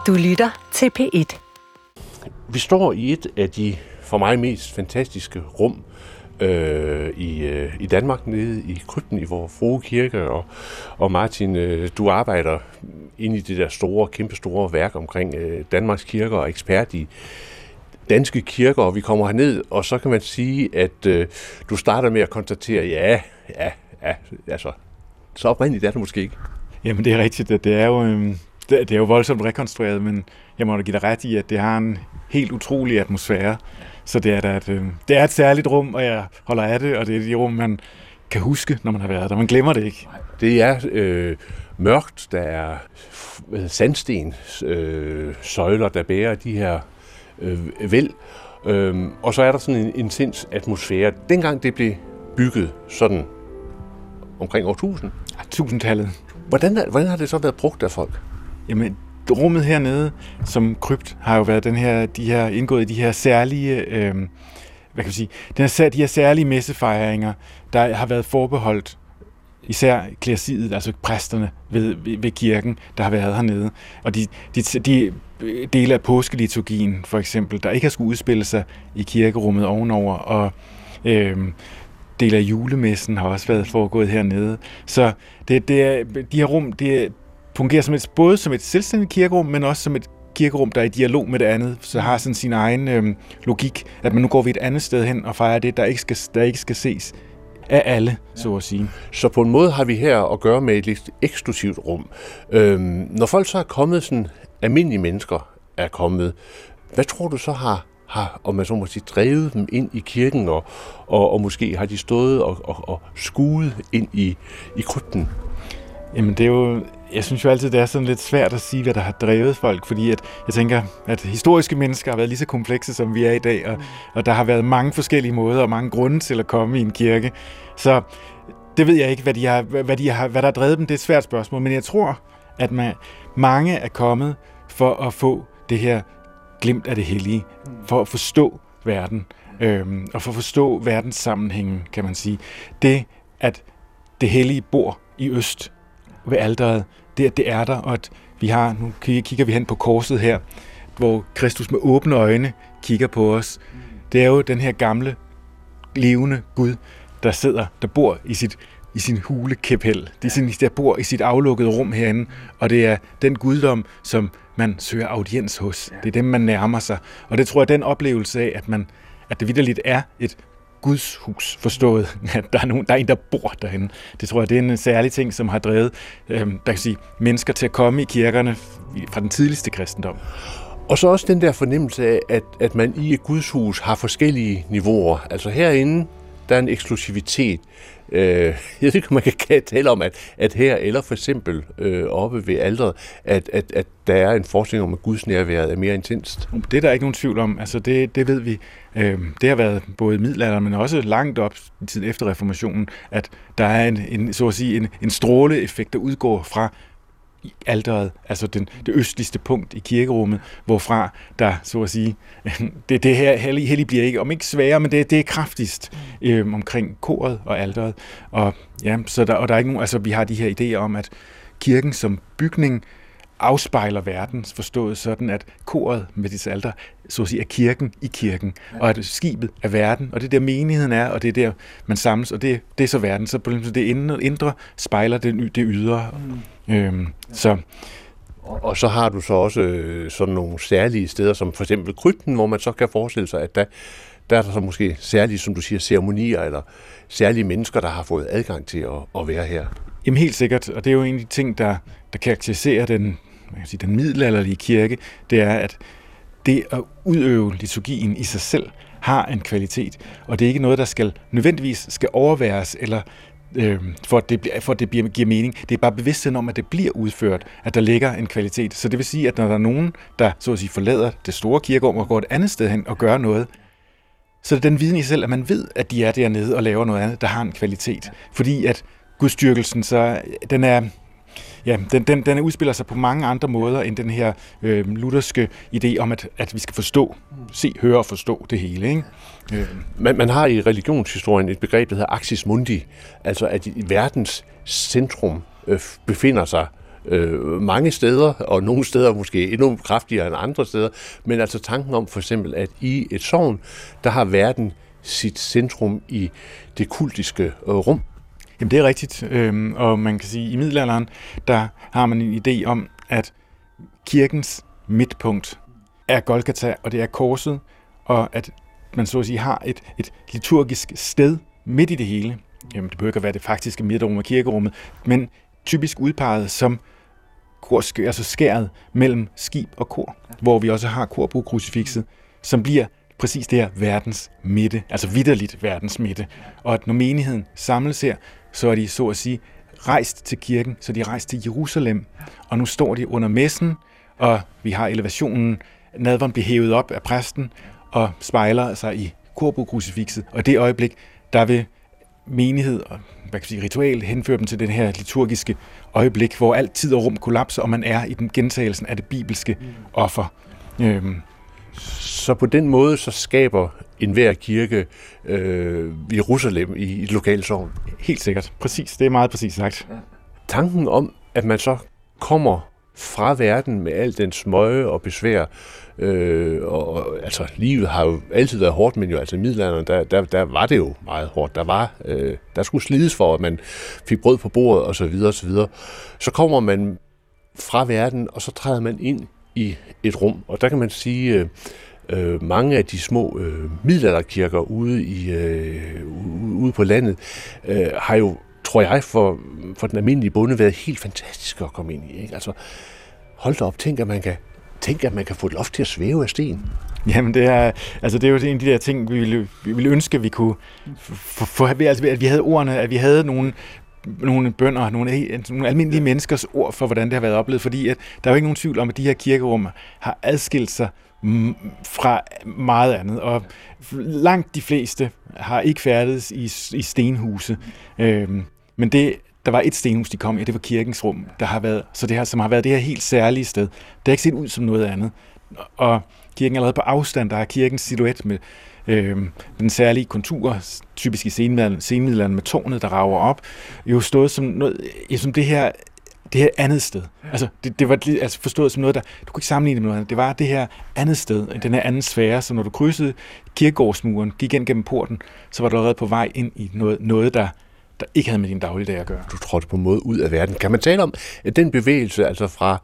Du lytter til P1. Vi står i et af de for mig mest fantastiske rum i Danmark, nede i krypten i Vor Frue Kirke. Og Martin, du arbejder inde i det der kæmpestore værk omkring Danmarks kirker og ekspert i danske kirker, og vi kommer herned, og så kan man sige, at du starter med at konstatere, altså, så oprindeligt er det måske ikke. Jamen, det er rigtigt, at det er jo voldsomt rekonstrueret, men jeg må da give dig ret i, at det har en helt utrolig atmosfære. Så det er et særligt rum, og jeg holder af det, og det er de rum, man kan huske, når man har været der. Man glemmer det ikke. Det er mørkt, der er sandsten søjler, der bærer de her væld, og så er der sådan en intens atmosfære. Dengang det blev bygget sådan omkring år 1000. Ja, 1000-tallet. Hvordan har det så været brugt af folk? Jamen, rummet hernede som krypt har jo været de har indgået i de her særlige, de her særlige messefejringer, der har været forbeholdt især kleresiet, altså præsterne ved kirken, der har været hernede. Og de dele af påskeliturgien, for eksempel, der ikke har skulle udspille sig i kirkerummet ovenover, og dele af julemessen har også været foregået hernede. Så de her rum, det fungerer både som et selvstændigt kirkerum, men også som et kirkerum, der er i dialog med det andet, så har sådan sin egen logik, at man nu går vi et andet sted hen og fejrer det, der ikke skal ses af alle, så at sige. Så på en måde har vi her at gøre med et lidt eksklusivt rum. Når folk så er kommet, sådan almindelige mennesker er kommet, hvad tror du så har om man så må sige, drevet dem ind i kirken, og måske har de stået og skuet ind i krypten? Jamen det er jo, jeg synes jo altid, det er sådan lidt svært at sige, hvad der har drevet folk, fordi jeg tænker, at historiske mennesker har været lige så komplekse, som vi er i dag, og der har været mange forskellige måder og mange grunde til at komme i en kirke. Så det ved jeg ikke, hvad der har drevet dem. Det er et svært spørgsmål, men jeg tror, at mange er kommet for at få det her glimt af det hellige, for at forstå verden, og for at forstå verdens sammenhænge, kan man sige. Det, at det hellige bor i øst ved alteret, det er der, og at nu kigger vi hen på korset her, hvor Kristus med åbne øjne kigger på os. Det er jo den her gamle, levende Gud, der bor i sin hulekæphel. Der bor i sit aflukkede rum herinde, og det er den guddom, som man søger audiens hos. Det er dem, man nærmer sig. Og det tror jeg, den oplevelse af, at det vitterligt er et Guds hus, forstået, at der er en, der bor derinde. Det tror jeg, det er en særlig ting, som har drevet mennesker til at komme i kirkerne fra den tidligste kristendom. Og så også den der fornemmelse af, at man i et Guds hus har forskellige niveauer. Altså herinde, der er en eksklusivitet. Jeg ved ikke, om man kan tale om, at her, eller for eksempel oppe ved alteret, at der er en forestilling om, at Guds nærværet er mere intenst. Det er der ikke nogen tvivl om. Altså det ved vi. Det har været både i middelalderen, men også langt op i tiden efter reformationen, at der er en stråleeffekt, der udgår fra alteret, altså det østligste punkt i kirkerummet, hvorfra der, så at sige, det her hellige bliver ikke, om ikke sværere, men det er kraftigst omkring koret og alteret. Og ja, der er ikke nogen, altså vi har de her idéer om, at kirken som bygning afspejler verden, forstået sådan, at koret med dets alter, så at sige, er kirken i kirken, og at skibet er verden, og det der menigheden er, og det er der, man samles, og det er så verden. Så det indre spejler det ydre. Så. Og så har du så også sådan nogle særlige steder, som for eksempel krypten, hvor man så kan forestille sig, at der er der så måske særlige, som du siger, ceremonier, eller særlige mennesker, der har fået adgang til at være her. Jamen helt sikkert, og det er jo en af de ting, der karakteriserer den middelalderlige kirke, det er, at det at udøve liturgien i sig selv har en kvalitet, og det er ikke noget, der nødvendigvis skal overværes, eller for at det giver mening. Det er bare bevidstheden om, at det bliver udført, at der ligger en kvalitet. Så det vil sige, at når der er nogen, der så at sige forlader det store kirkerum og går et andet sted hen og gør noget, så er det den viden i sig selv, at man ved, at de er dernede og laver noget andet, der har en kvalitet. Fordi at gudstyrkelsen, så den udspiller sig på mange andre måder end den her lutherske idé om, at vi skal se, høre og forstå det hele. Ikke? Man har i religionshistorien et begreb, der hedder axis mundi, altså at verdens centrum befinder sig mange steder, og nogle steder måske endnu kraftigere end andre steder, men altså tanken om for eksempel, at i et sogn, der har verden sit centrum i det kultiske rum. Jamen det er rigtigt, og man kan sige, at i middelalderen, der har man en idé om, at kirkens midtpunkt er Golgata, og det er korset, og at man så at sige har et liturgisk sted midt i det hele. Jamen det behøver ikke at være det faktiske midtrum af kirkerummet, men typisk udpeget som altså skæret mellem skib og kor, hvor vi også har korbue-krucifixet, som bliver præcis det her verdens midte, altså vitterligt verdens midte. Og at når menigheden samles her, så er de så at sige rejst til kirken, så de er rejst til Jerusalem, og nu står de under messen, og vi har elevationen, nadveren bliver hævet op af præsten, og spejler sig i korbue-krucifixet, og i det øjeblik, der vil menighed og ritual henføre dem til den her liturgiske øjeblik, hvor alt tid og rum kollapser, og man er i den gentagelsen af det bibelske offer. Så på den måde, så skaber enhver kirke Jerusalem i et lokalsogn. Helt sikkert. Præcis. Det er meget præcis sagt. Tanken om, at man så kommer fra verden med al den smøge og besvær, og altså livet har jo altid været hårdt, men jo altså i middelalderen, der var det jo meget hårdt. Der skulle slides for, at man fik brød på bordet og så videre og så videre. Så kommer man fra verden, og så træder man ind i et rum, og der kan man sige, mange af de små middelalderkirker ude på landet har jo, tror jeg, for den almindelige bonde været helt fantastisk at komme ind i. Ikke? Altså, hold da op, tænk, at man kan få et loft til at svæve af sten. Jamen, det er jo en af de der ting, vi ville ønske, vi kunne at vi havde ordene, at vi havde nogle bønder, nogle almindelige menneskers ord for, hvordan det har været oplevet, fordi at der er jo ikke nogen tvivl om, at de her kirkerum har adskilt sig fra meget andet, og langt de fleste har ikke færdedes i stenhuse. Men der var et stenhus, de kom i, det var kirkens rum, som har været det her helt særlige sted. Det har ikke set ud som noget andet. Og kirken er allerede på afstand, der er kirkens silhuet med den særlige kontur, typisk i senmiddelalderen med tårnet, der rager op, jo stået som noget, som det her andet sted. Altså, det var forstået som noget, du kunne ikke sammenligne det med noget andet. Det var det her andet sted, den her anden sfære, så når du krydsede kirkegårdsmuren, gik ind gennem porten, så var du allerede på vej ind i noget der ikke havde med din dagligdag at gøre. Du trådte på en måde ud af verden. Kan man tale om, at den bevægelse, altså fra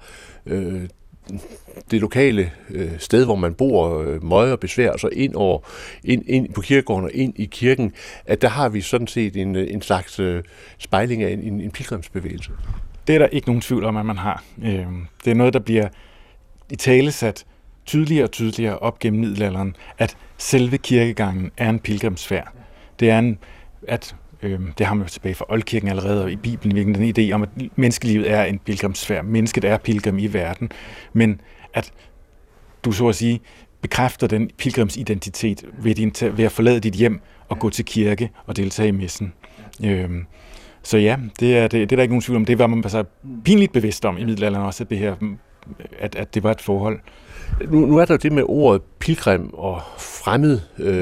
det lokale sted, hvor man bor, møje og besvær, og så ind på kirkegården og ind i kirken, at der har vi sådan set en slags spejling af en pilgrimsbevægelse? Det er der ikke nogen tvivl om, at man har. Det er noget, der bliver i tale sat tydeligere og tydeligere op gennem middelalderen, at selve kirkegangen er en pilgrimsfærd. Det er det har man jo tilbage fra oldkirken allerede, og i Bibelen virkelig den idé om, at menneskelivet er en pilgrimsfærd. Mennesket er pilgrim i verden, men at du så at sige bekræfter den pilgrimsidentitet ved at forlade dit hjem og gå til kirke og deltage i messen. Så ja, det er der ikke nogen tvivl om. Det var man altså pinligt bevidst om i middelalderen også, at det var et forhold. Nu er der det med ordet pilgrim og fremmed,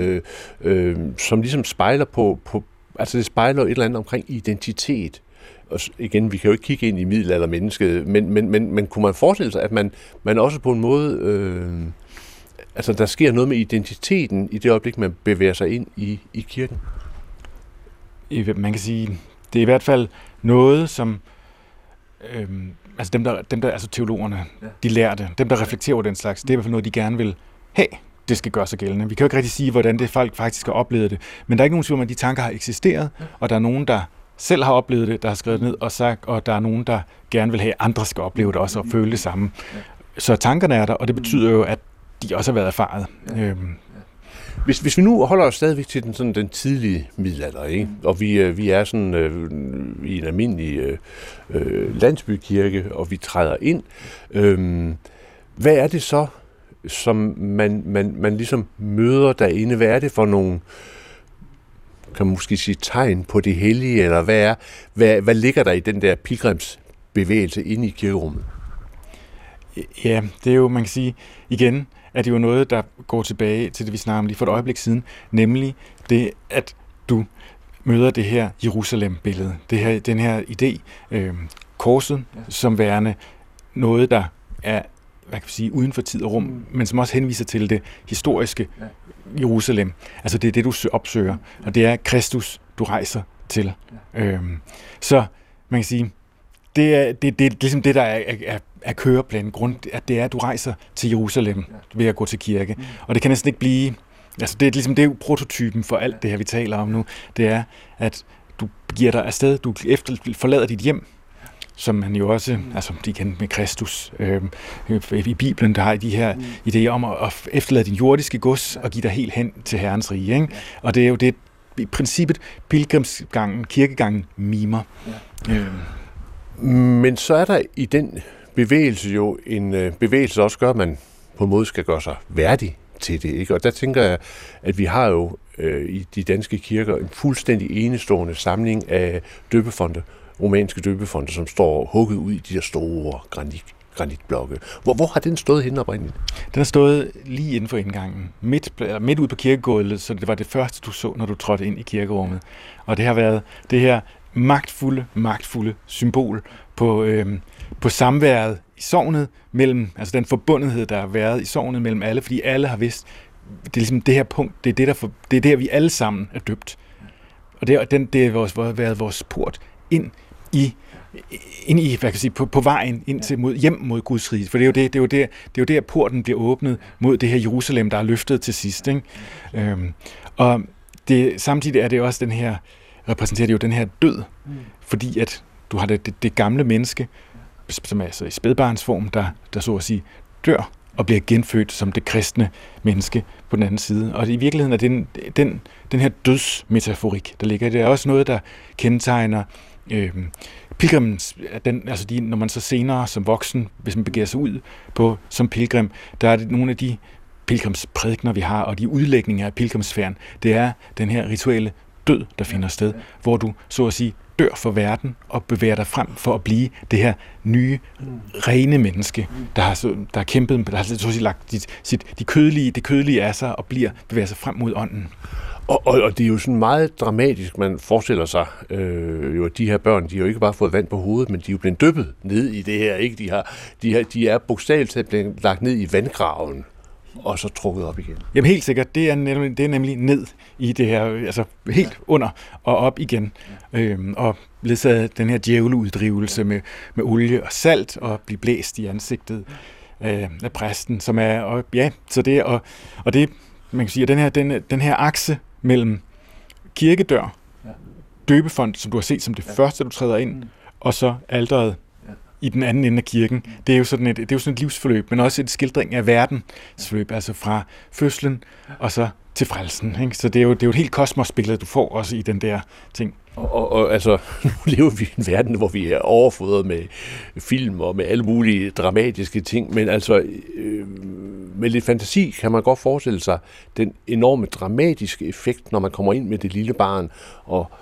som ligesom spejler på altså det spejler et eller andet omkring identitet. Og igen, vi kan jo ikke kigge ind i middelaldermennesket, men kunne man forestille sig, at man også på en måde, altså der sker noget med identiteten i det øjeblik, man bevæger sig ind i kirken? Man kan sige, det er i hvert fald noget, som altså dem der altså teologerne, de lærte, dem der reflekterer over den slags, det er i hvert fald noget, de gerne vil have. Det skal gøre sig gældende. Vi kan jo ikke rigtig sige, hvordan det folk faktisk har oplevet det, men der er ikke nogen tvivl om, at de tanker har eksisteret, og der er nogen, der selv har oplevet det, der har skrevet ned og sagt, og der er nogen, der gerne vil have, at andre skal opleve det også og føle det samme. Så tankerne er der, og det betyder jo, at de også har været erfaret. Hvis vi nu holder os stadigvæk til den tidlige middelalder, ikke? Og vi er sådan i en almindelig landsbykirke, og vi træder ind, hvad er det så, som man ligesom møder derinde? Hvad er det for nogle, kan man måske sige, tegn på det hellige, eller hvad ligger der i den der pilgrimsbevægelse inde i kirkerummet? Ja, det er jo, man kan sige, igen, at det er jo noget, der går tilbage til det, vi snakker om lige for et øjeblik siden, nemlig det, at du møder det her Jerusalem-billede, den her idé, korset som værende noget, der er, hvad kan vi sige, uden for tid og rum, men som også henviser til det historiske Jerusalem. Altså det er det, du opsøger, og det er Kristus, du rejser til. Så man kan sige, det er ligesom det, der er køreplanen, at det er, at du rejser til Jerusalem ved at gå til kirke. Og det kan næsten ikke blive, altså det er jo prototypen for alt det her, vi taler om nu. Det er, at du giver dig afsted, du forlader dit hjem, som man jo også, altså de kan med Kristus. I Bibelen, der har de her idéer om at efterlade din jordiske gods og give dig helt hen til Herrens rige. Ikke? Og det er jo det, i princippet, pilgrimsgangen, kirkegangen mimer. Men så er der i den bevægelse jo en bevægelse, der også gør, at man på en måde skal gøre sig værdig til det. Ikke? Og der tænker jeg, at vi har jo i de danske kirker en fuldstændig enestående samling af døbefonte, romanske døbefonte, som står hugget ud i de der store granitblokke. Hvor har den stået henne oprindeligt? Den har stået lige inden for indgangen, midt ude på kirkegulvet, så det var det første, du så, når du trådte ind i kirkerummet. Og det har været det her magtfulde symbol på samværet i sognet, altså den forbundethed, der har været i sognet mellem alle, fordi alle har vidst, det er ligesom det her punkt, det er der, vi alle sammen er døbt. Og det har været vores port ind i hvad kan jeg sige, på vejen ind til hjem mod Guds rige. For det er jo der porten bliver åbnet mod det her Jerusalem, der er løftet til sidst. Ikke? Og samtidig er det også repræsenterer det jo den her død, fordi at du har det gamle menneske, som er altså i spædbarnsform, der så at sige dør og bliver genfødt som det kristne menneske på den anden side. Og i virkeligheden er den her dødsmetaforik, der ligger i det, er også noget, der kendetegner pilgrimens, når man så senere som voksen, hvis man begiver sig ud som pilgrim, der er det nogle af de pilgrimsprædikener, vi har, og de udlægninger af pilgrimsfærden, det er den her rituelle død, der finder sted, hvor du så at sige dør for verden og bevæger dig frem for at blive det her nye, rene menneske, der har kæmpet, der har så at sige lagt det kødelige af sig og bevæger sig frem mod ånden. Og det er jo sådan meget dramatisk, man forestiller sig, jo at de her børn, de har jo ikke bare fået vand på hovedet, men de er jo blevet dyppet ned i det her, ikke? De er bogstaveligt talt blevet lagt ned i vandgraven, og så trukket op igen. Jamen helt sikkert, det er nemlig ned i det her, altså helt under og op igen, og ledsaget den her djæveleuddrivelse med olie og salt og blive blæst i ansigtet af præsten, som er, og ja, så det, og det, man kan sige, at den her akse mellem kirkedør, døbefont, som du har set som det første, du træder ind, og så alteret i den anden ende af kirken. Det er jo sådan et livsforløb, men også et skildring af verdensforløb, altså fra fødslen og så til frelsen. Ikke? Så det er jo et helt kosmosbillede, du får også i den der ting. Og altså, nu lever vi i en verden, hvor vi er overfodret med film og med alle mulige dramatiske ting, men altså med lidt fantasi kan man godt forestille sig den enorme dramatiske effekt, når man kommer ind med det lille barn, og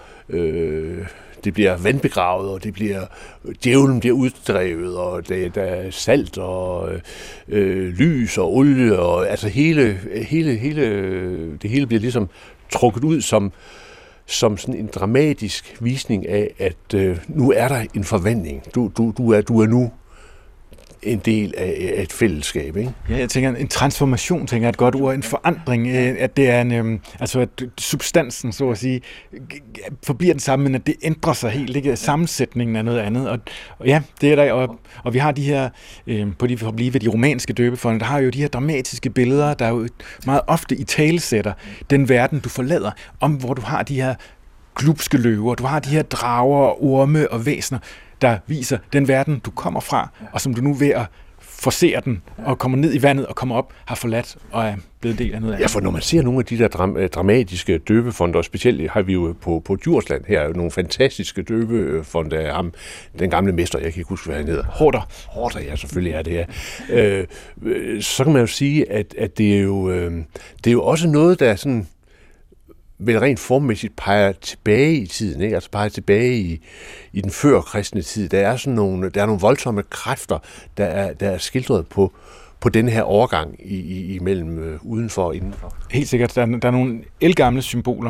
det bliver vandbegravet, og djævlen bliver uddrevet, og der er salt og lys og olie, og altså det hele bliver ligesom trukket ud som sådan en dramatisk visning af, at nu er der en forvandling. Du er nu en del af et fællesskab, ikke? Ja, jeg tænker, en transformation, tænker jeg et godt ord, en forandring, at det er at substansen, så at sige, forbliver den samme, men at det ændrer sig helt, ikke? Sammensætningen af noget andet, og ja, det er der, og vi har de her, for at blive ved de romanske døbefonde, der har jo de her dramatiske billeder, der jo meget ofte italesætter den verden, du forlader, hvor du har de her glubske løver, du har de her drager, orme og væsener, der viser den verden, du kommer fra, og som du nu ved at forcere den, og kommer ned i vandet og kommer op, har forladt og er blevet del af noget andet. Ja, for når man ser nogle af de der dramatiske døbefonde, og specielt har vi jo på Djursland her nogle fantastiske døbefonde af ham, den gamle mester, jeg kan ikke huske, hvad han hedder. Horter, ja, selvfølgelig er det, ja. Så kan man jo sige, at det er jo også noget, der sådan vel rent formmæssigt peger tilbage i tiden, ikke? Altså peger tilbage i den førkristne tid. Der er nogle voldsomme kræfter, der er skildret på denne her overgang imellem udenfor og indenfor. Helt sikkert. Der er nogle ældgamle symboler,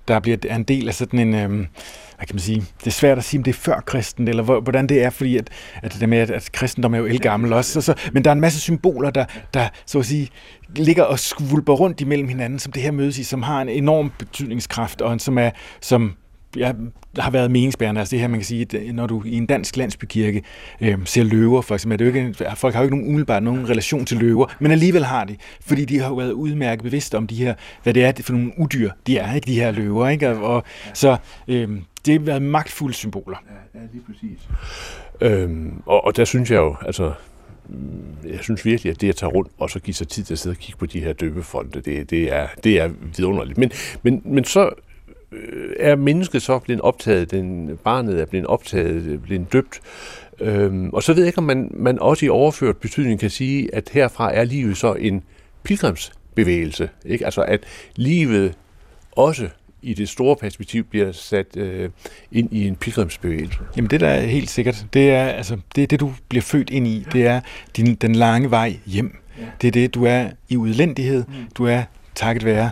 er en del af sådan en, hvad kan man sige, det er svært at sige, om det er før kristen, eller hvordan det er, fordi at det der med, at kristendom er jo elgammel også, men der er en masse symboler, der så at sige, ligger og skvulper rundt imellem hinanden, som det her mødes i, som har en enorm betydningskraft, og som har været meningsbærende. Altså det her, man kan sige, at når du i en dansk landsbykirke ser løver, for eksempel, er det jo ikke, folk har jo ikke umiddelbart nogen relation til løver, men alligevel har de, fordi de har jo været udmærket bevidste om de her, hvad det er for nogle udyr, de er, ikke de her løver, ikke? Og så det har været magtfulde symboler. Ja, lige præcis. Og der synes jeg jo, altså, jeg synes virkelig, at det at tage rundt og så give sig tid til at sidde og kigge på de her døbefonte, det er vidunderligt. Men så er mennesket så blevet optaget, barnet er blevet optaget, blevet døbt, og så ved jeg ikke, om man også i overført betydning kan sige, at herfra er livet så en pilgrimsbevægelse, ikke? Altså at livet også i det store perspektiv bliver sat ind i en pilgrimsbevægelse. Jamen det der er helt sikkert, det er det du bliver født ind i, det er den lange vej hjem. Det er det, du er i udlændighed, du er takket være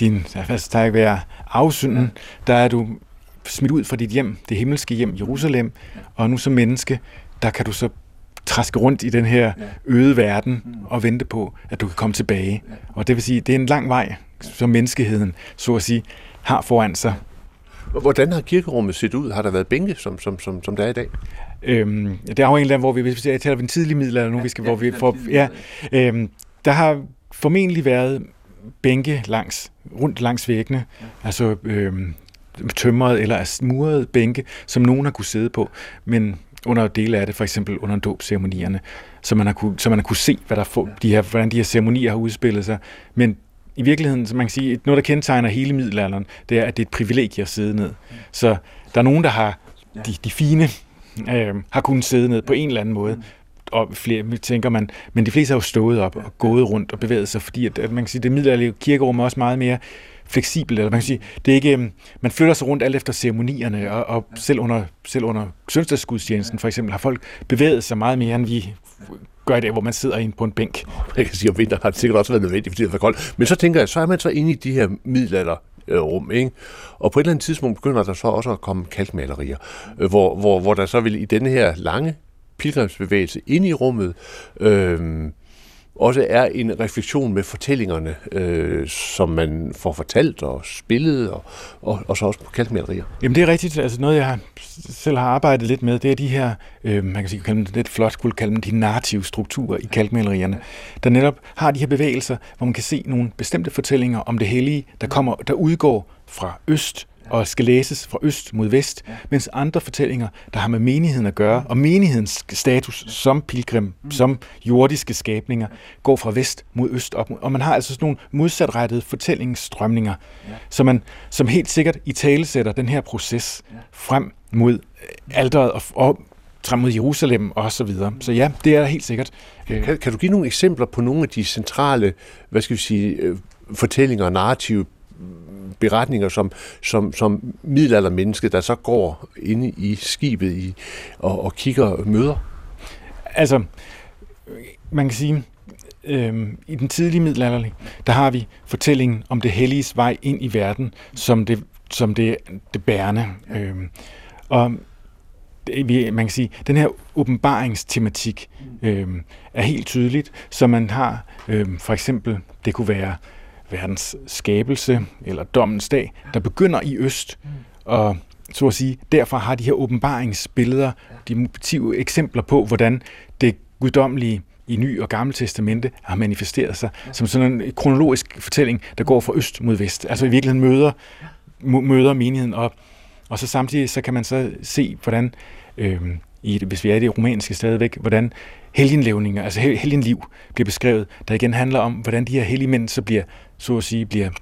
afsynden, der er du smidt ud fra dit hjem, det himmelske hjem, Jerusalem, og nu som menneske, der kan du så traske rundt i den her øde verden og vente på, at du kan komme tilbage. Og det vil sige, det er en lang vej, som menneskeheden, så at sige, har foran sig. Hvordan har kirkerummet set ud? Har der været bænke, som der er i dag? Det er jo en hvor vi taler om en tidlig middelalder nu, der har formentlig været bænke rundt langs væggene, altså tømrede eller murede bænke, som nogen har kunne sidde på, men under dele af det, for eksempel under dåbsceremonierne, så man har kunne se, hvordan de her ceremonier har udspillet sig. Men i virkeligheden, så man kan sige, noget, der kendetegner hele middelalderen, det er, at det er et privilegie at sidde ned. Så der er nogen, der har de fine, har kunnet sidde ned på en eller anden måde, og flere, tænker man, men de fleste har jo stået op og gået rundt og bevæget sig, fordi at man kan sige, det middelalderlige kirkerum er også meget mere fleksibelt, eller man kan sige, det er ikke, man flytter sig rundt alt efter ceremonierne, og selv under søndagsgudstjenesten for eksempel, har folk bevæget sig meget mere, end vi gør det, hvor man sidder på en bænk. Jeg kan sige, at om vinteren har det sikkert også været nødvendigt, fordi det er for koldt. Men så tænker jeg, så er man så inde i de her middelalderrum, ikke? Og på et eller andet tidspunkt begynder der så også at komme kalkmalerier, hvor der så vil i denne her lange pilgrimsbevægelse ind i rummet også er en refleksion med fortællingerne, som man får fortalt og spillet, og så også på kalkmalerier. Jamen det er rigtigt. Altså noget, jeg selv har arbejdet lidt med, det er de her, man kan sige, kalde dem lidt flot, skulle kalde dem de narrative strukturer i kalkmalerierne, der netop har de her bevægelser, hvor man kan se nogle bestemte fortællinger om det hellige, der udgår fra øst, og skal læses fra øst mod vest, mens andre fortællinger, der har med menigheden at gøre, og menighedens status som pilgrim, som jordiske skabninger, går fra vest mod øst op. Og man har altså sådan nogle modsatrettede fortællingsstrømninger, som helt sikkert italesætter den her proces frem mod alteret og frem mod Jerusalem og så videre. Så ja, det er helt sikkert. Kan du give nogle eksempler på nogle af de centrale, hvad skal vi sige, fortællinger og narrative beretninger, som middelaldermenneske, der så går inde i skibet og kigger og møder? Altså, man kan sige, i den tidlige middelalderlige, der har vi fortællingen om det helliges vej ind i verden, som det bærende. Og man kan sige, den her åbenbaringstematik er helt tydeligt, så man har for eksempel, det kunne være verdens skabelse eller dommens dag, der begynder i øst, og så at sige, derfor har de her åbenbaringsbilleder, de motive eksempler på, hvordan det guddommelige i Ny- og Gamle Testamente har manifesteret sig som sådan en kronologisk fortælling, der går fra øst mod vest. Altså i virkeligheden møder menigheden op. Og så samtidig så kan man så se, hvordan, hvis vi er i det romanske stadigvæk, hvordan helgenlevninger, altså helgenliv bliver beskrevet, der igen handler om, hvordan de her hellige mænd så bliver, så at sige,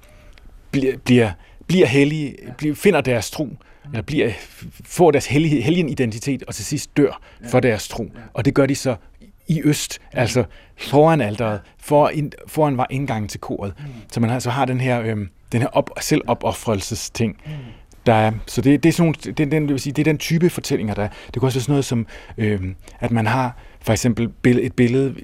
bliver hellige, finder deres tro, eller får deres helgenidentitet, og til sidst dør for deres tro. Og det gør de så i øst, altså foran alteret, foran var indgangen til koret. Så man altså har den her selvopoffrelsesting. Der er, så det er sådan nogle, det er den type fortællinger, der er. Det kan også være sådan noget som, at man har for eksempel et billede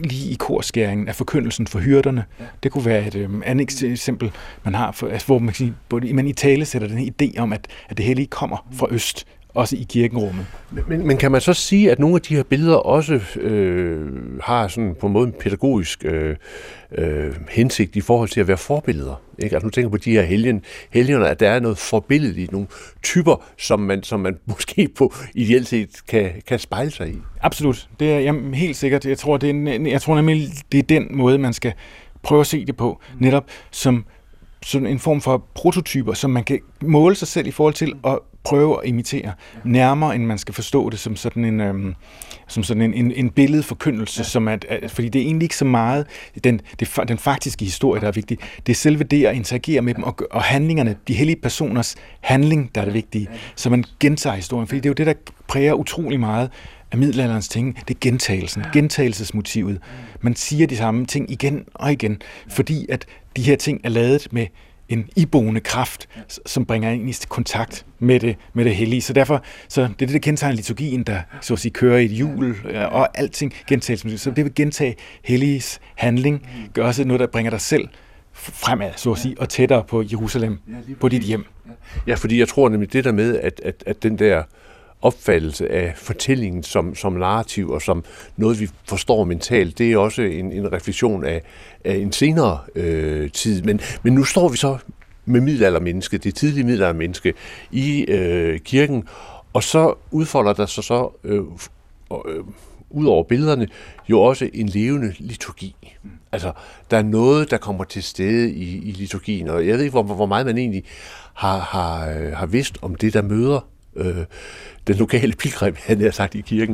lige i korskæringen af forkyndelsen for hyrderne. Det kunne være et andet eksempel, man har, hvor man i tale sætter den her idé om, at det hellige kommer fra øst, også i kirkenrummet. Men kan man så sige, at nogle af de her billeder også har sådan på en måde en pædagogisk hensigt i forhold til at være forbilleder? Ikke? Altså nu tænker på de her helgener, at der er noget forbilledeligt, nogle typer, som man måske på ideelt set kan spejle sig i. Absolut. Det er helt sikkert. Jeg tror nemlig, det er den måde, man skal prøve at se det på. Netop som sådan en form for prototyper, som man kan måle sig selv i forhold til at prøve at imitere nærmere, end man skal forstå det som sådan en billedforkyndelse, som fordi det er egentlig ikke så meget den faktiske historie, der er vigtig. Det er selve det at interagere med dem, og handlingerne, de hellige personers handling, der er det vigtige, så man gentager historien, fordi det er jo det, der præger utrolig meget af middelalderens ting, det er gentagelsen, gentagelsesmotivet. Man siger de samme ting igen og igen, fordi at de her ting er ladet med en iboende kraft, som bringer ind i kontakt med det hellige. Så derfor, så det er det, der kendetegner liturgien, der så at sige kører i et hjul, og alting gentagelsesmotivet. Så det vil gentage helliges handling, gør også noget, der bringer dig selv fremad, så at sige, og tættere på Jerusalem, på dit hjem. Ja, fordi jeg tror nemlig det der med, at den der opfattelse af fortællingen som narrativ og som noget, vi forstår mentalt, det er også en refleksion af en senere tid. Men nu står vi så med middelaldermennesket, det tidlige middelaldermenneske i kirken, og så udfolder der sig så ud over billederne jo også en levende liturgi. Altså, der er noget, der kommer til stede i liturgien, og jeg ved ikke, hvor meget man egentlig har vidst om det, der møder den lokale pilgrim, han har sagt, i kirken.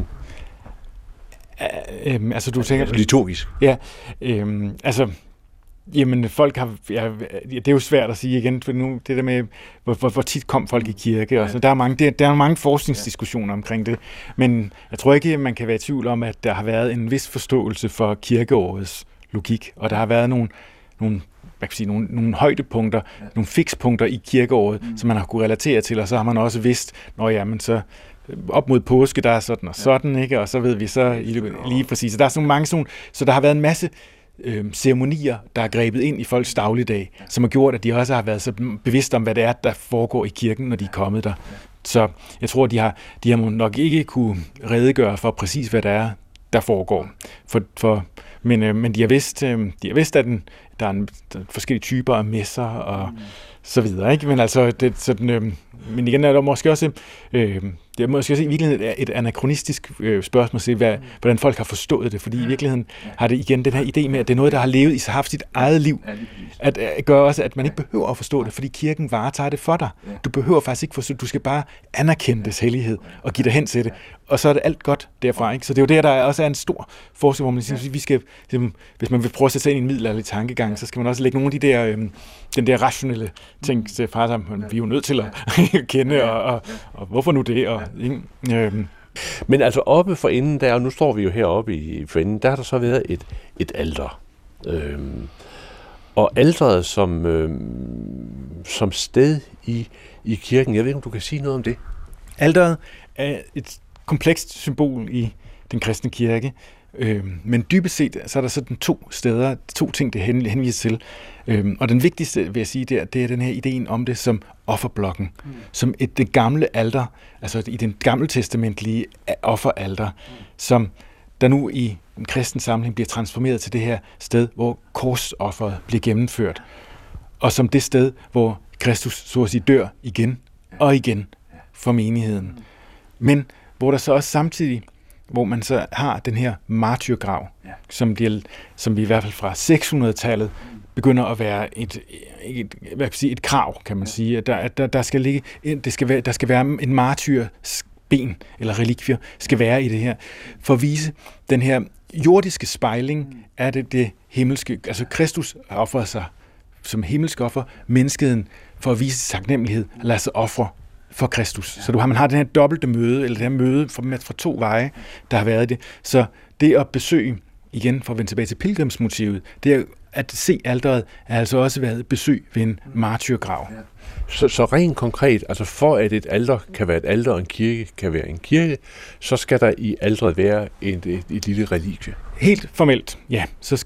Altså, du tænker... Liturgisk. Ja, altså... Jamen, folk har... Ja, det er jo svært at sige igen, for nu det der med, hvor tit kom folk i kirke, og så der er mange forskningsdiskussioner omkring det, men jeg tror ikke, man kan være i tvivl om, at der har været en vis forståelse for kirkeårets logik, og der har været nogle højdepunkter, nogle fikspunkter i kirkeåret, som man har kunne relatere til, og så har man også vidst, men så op mod påske, der er sådan og sådan, ikke? Og så ved vi så lige præcis. Så der er sådan mange så der har været en masse ceremonier, der er grebet ind i folks dagligdag, som har gjort, at de også har været så bevidste om, hvad det er, der foregår i kirken, når de er kommet der. Så jeg tror, de har nok ikke kunne redegøre for præcis, hvad det er, der foregår. Men de har vidst, at der er forskellige typer af messer og så videre, ikke? Men altså, men igen er der måske også, det er måske også i virkeligheden et anakronistisk spørgsmål til, hvordan folk har forstået det, fordi i virkeligheden har det igen den her idé med, at det er noget, der har levet i haft sit eget liv, at gør også, at man ikke behøver at forstå det, fordi kirken varetager det for dig. Du behøver faktisk ikke forstå det, du skal bare anerkende dets hellighed og give dig hen til det, og så er det alt godt derfra, ikke? Så det er jo der også er en stor forskel, hvor man siger, vi skal, hvis man vil prøve at sætte sig ind i en middelalderlig tankegang, så skal man også lægge nogle af de der, den der rationelle ting til fra sig, vi er jo nødt til at kende, og hvorfor nu det, og Men altså oppe for enden der, og nu står vi jo heroppe for enden, der har der så været et alter. Og alteret som sted i kirken, jeg ved ikke, om du kan sige noget om det? Alteret er et komplekst symbol i den kristne kirke, men dybest set så er der sådan to ting, det henviser til. Og den vigtigste, vil jeg sige, det er den her ideen om det som offerblokken, som det gamle alter, altså i den gammeltestamentlige offeralter, som der nu i en kristen sammenhæng bliver transformeret til det her sted, hvor korsofferet bliver gennemført, og som det sted, hvor Kristus så at sige dør igen og igen for menigheden. Men hvor der så også samtidig, hvor man så har den her martyrgrav, som vi i hvert fald fra 600-tallet begynder at være et krav, kan man sige, at der skal ligge, der skal være en martyrs ben eller relikvier skal være i det her, for at vise den her jordiske spejling af det himmelske. Altså Kristus har offret sig som himmelsk offer, menneskeheden for at vise taknemmelighed og lade sig ofre for Kristus. Så man har den her dobbelte møde, eller det her møde fra to veje, der har været det. Så det at besøge, igen for at vende tilbage til pilgrimsmotivet, det at se alteret er altså også været besøg ved en martyrgrav. Så rent konkret, altså for at et alter kan være et alter, og en kirke kan være en kirke, så skal der i alteret være et lille relikvie. Helt formelt, ja. Så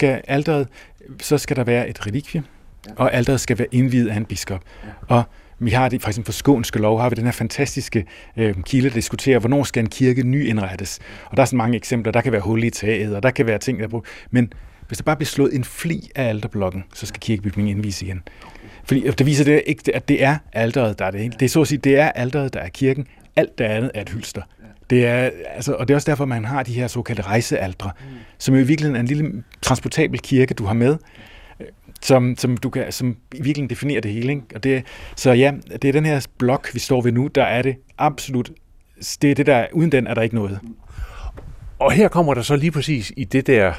skal der være et relikvie, og alteret skal være indviet af en biskop. Og vi har det, for eksempel for Skånske Lov, har vi den her fantastiske kilde, der diskuterer, hvornår skal en kirke nyindrettes. Og der er sådan mange eksempler. Der kan være hul i taget, og der kan være ting, der er brugt. Men hvis der bare bliver slået en fli af alterblokken, så skal kirkebygningen indvies igen. Fordi det viser det ikke, at det er alteret, der er det. Det er så at sige, det er alteret, der er kirken. Alt det andet er et hylster. Det er, altså, og det er også derfor, man har de her såkaldte rejsealtre, som jo i virkeligheden er en lille transportabel kirke, du har med, som i virkeligheden definerer det hele. Ikke? Og det er den her blok, vi står ved nu, der er det absolut, det er det der, uden den er der ikke noget. Og her kommer der så lige præcis i det der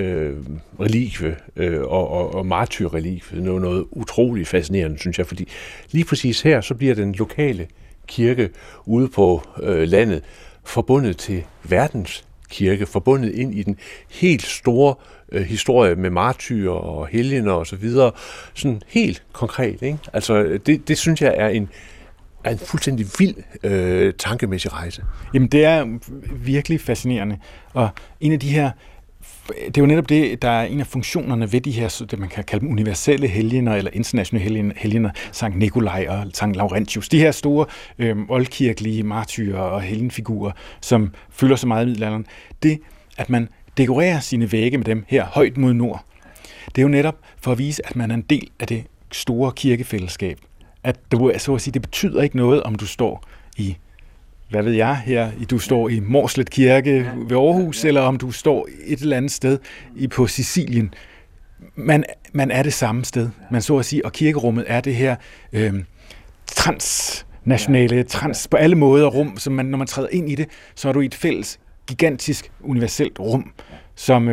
relikvie og martyrrelikvie noget utroligt fascinerende, synes jeg, fordi lige præcis her, så bliver den lokale kirke ude på landet forbundet til verdens kirke, forbundet ind i den helt store historie med martyrer og helgener og så videre, sådan helt konkret, ikke? Altså, det synes jeg er en fuldstændig vild tankemæssig rejse. Jamen, det er virkelig fascinerende. Og en af de her, det er jo netop det, der er en af funktionerne ved de her, det man kan kalde dem universelle helgener, eller internationale helgener, Sankt Nikolaj og Sankt Laurentius. De her store oldkirkelige martyrer og helgenfigurer, som fylder så meget i middelalderen. Det, at man dekorerer sine vægge med dem her højt mod nord, det er jo netop for at vise, at man er en del af det store kirkefællesskab. At så at sige, det betyder ikke noget, om du står i, hvad ved jeg her, du står i Mårslet Kirke ved Aarhus, eller om du står et eller andet sted på Sicilien. Man er det samme sted, man så at sige, og kirkerummet er det her transnationale, på alle måder rum, som når man træder ind i det, så er du i et fælles, gigantisk, universelt rum, som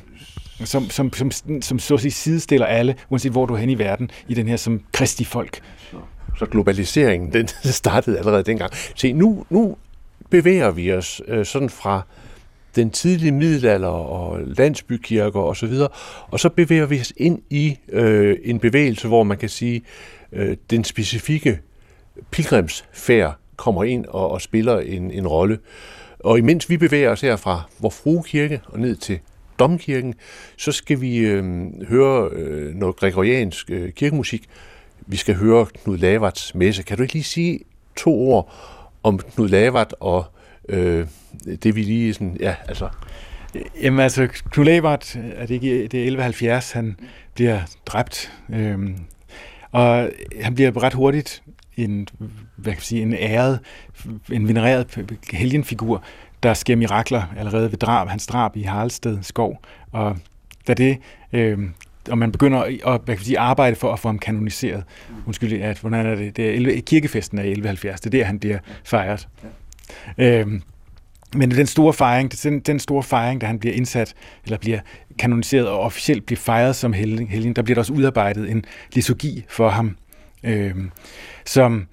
så at sige sidestiller alle, uanset hvor du er hen i verden, i den her som Kristi folk. Så globaliseringen, den startede allerede dengang. Se, nu bevæger vi os sådan fra den tidlige middelalder og landsbykirker og så videre, og så bevæger vi os ind i en bevægelse, hvor man kan sige, den specifikke pilgrimsfærd kommer ind og spiller en rolle. Og imens vi bevæger os her fra Vor Frue Kirke og ned til Domkirken, så skal vi høre noget gregoriansk kirkemusik. Vi skal høre Knud Lavarts messe. Kan du ikke lige sige 2 ord om Knud Lavard og det vi lige sådan, ja, altså... Jamen altså, Knud Lavard, det er 1170, han bliver dræbt, og han bliver ret hurtigt en æret, en venereret helgenfigur, der sker mirakler allerede ved hans drab i Haraldsted skov, og da det... og man begynder at arbejde for at få ham kanoniseret. Undskyld, hvordan er det? Det er kirkefesten af 1170, det er der, han bliver fejret. Men den store fejring, da han bliver indsat, eller bliver kanoniseret og officielt bliver fejret som helgen, der bliver der også udarbejdet en liturgi for ham, som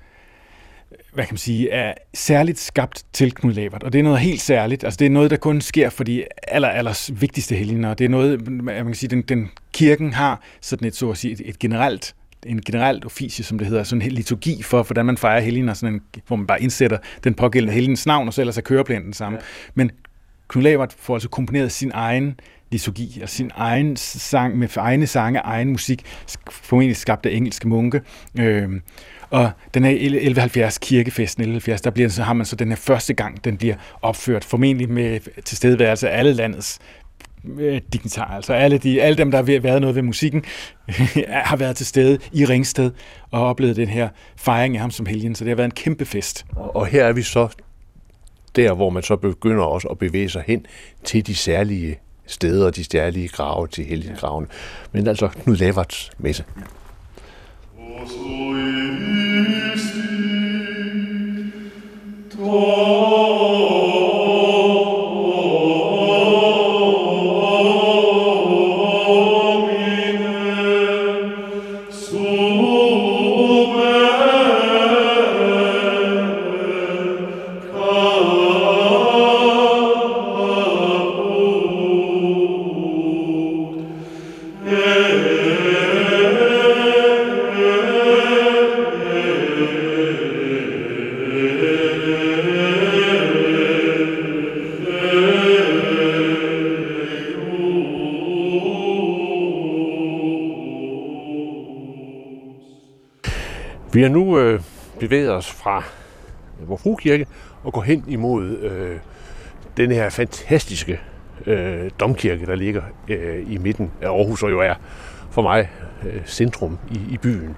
er særligt skabt til Knud Lavard. Og det er noget helt særligt. Altså det er noget, der kun sker for de aller vigtigste helgener. Det er noget, man kan sige, den kirken har sådan et, så at sige, en generelt officie, som det hedder, sådan en liturgi for, hvordan man fejrer helgener, sådan en, hvor man bare indsætter den pågældende helgens navn, og så ellers er køreplanen den samme. Ja. Men Knud Lavard får altså komponeret sin egen liturgi, og sin egen sang, med egne sange, egen musik, formentlig skabt af engelske munke. Og den her 1170 kirkefesten, 1170, så har man så den her første gang, den bliver opført, formentlig med tilstedeværelse af alle landets dignitarer, altså alle dem, der har været noget ved musikken, har været til stede i Ringsted og oplevet den her fejring af ham som helgen, så det har været en kæmpe fest. Og her er vi så der, hvor man så begynder også at bevæge sig hen til de særlige steder, de særlige grave til helgengravene. Men altså Knud Lavarts messe. Yeah. Vi har nu bevæget os fra Vor Frue Kirke og går hen imod den her fantastiske domkirke, der ligger i midten af Aarhus, og jo er for mig centrum i byen.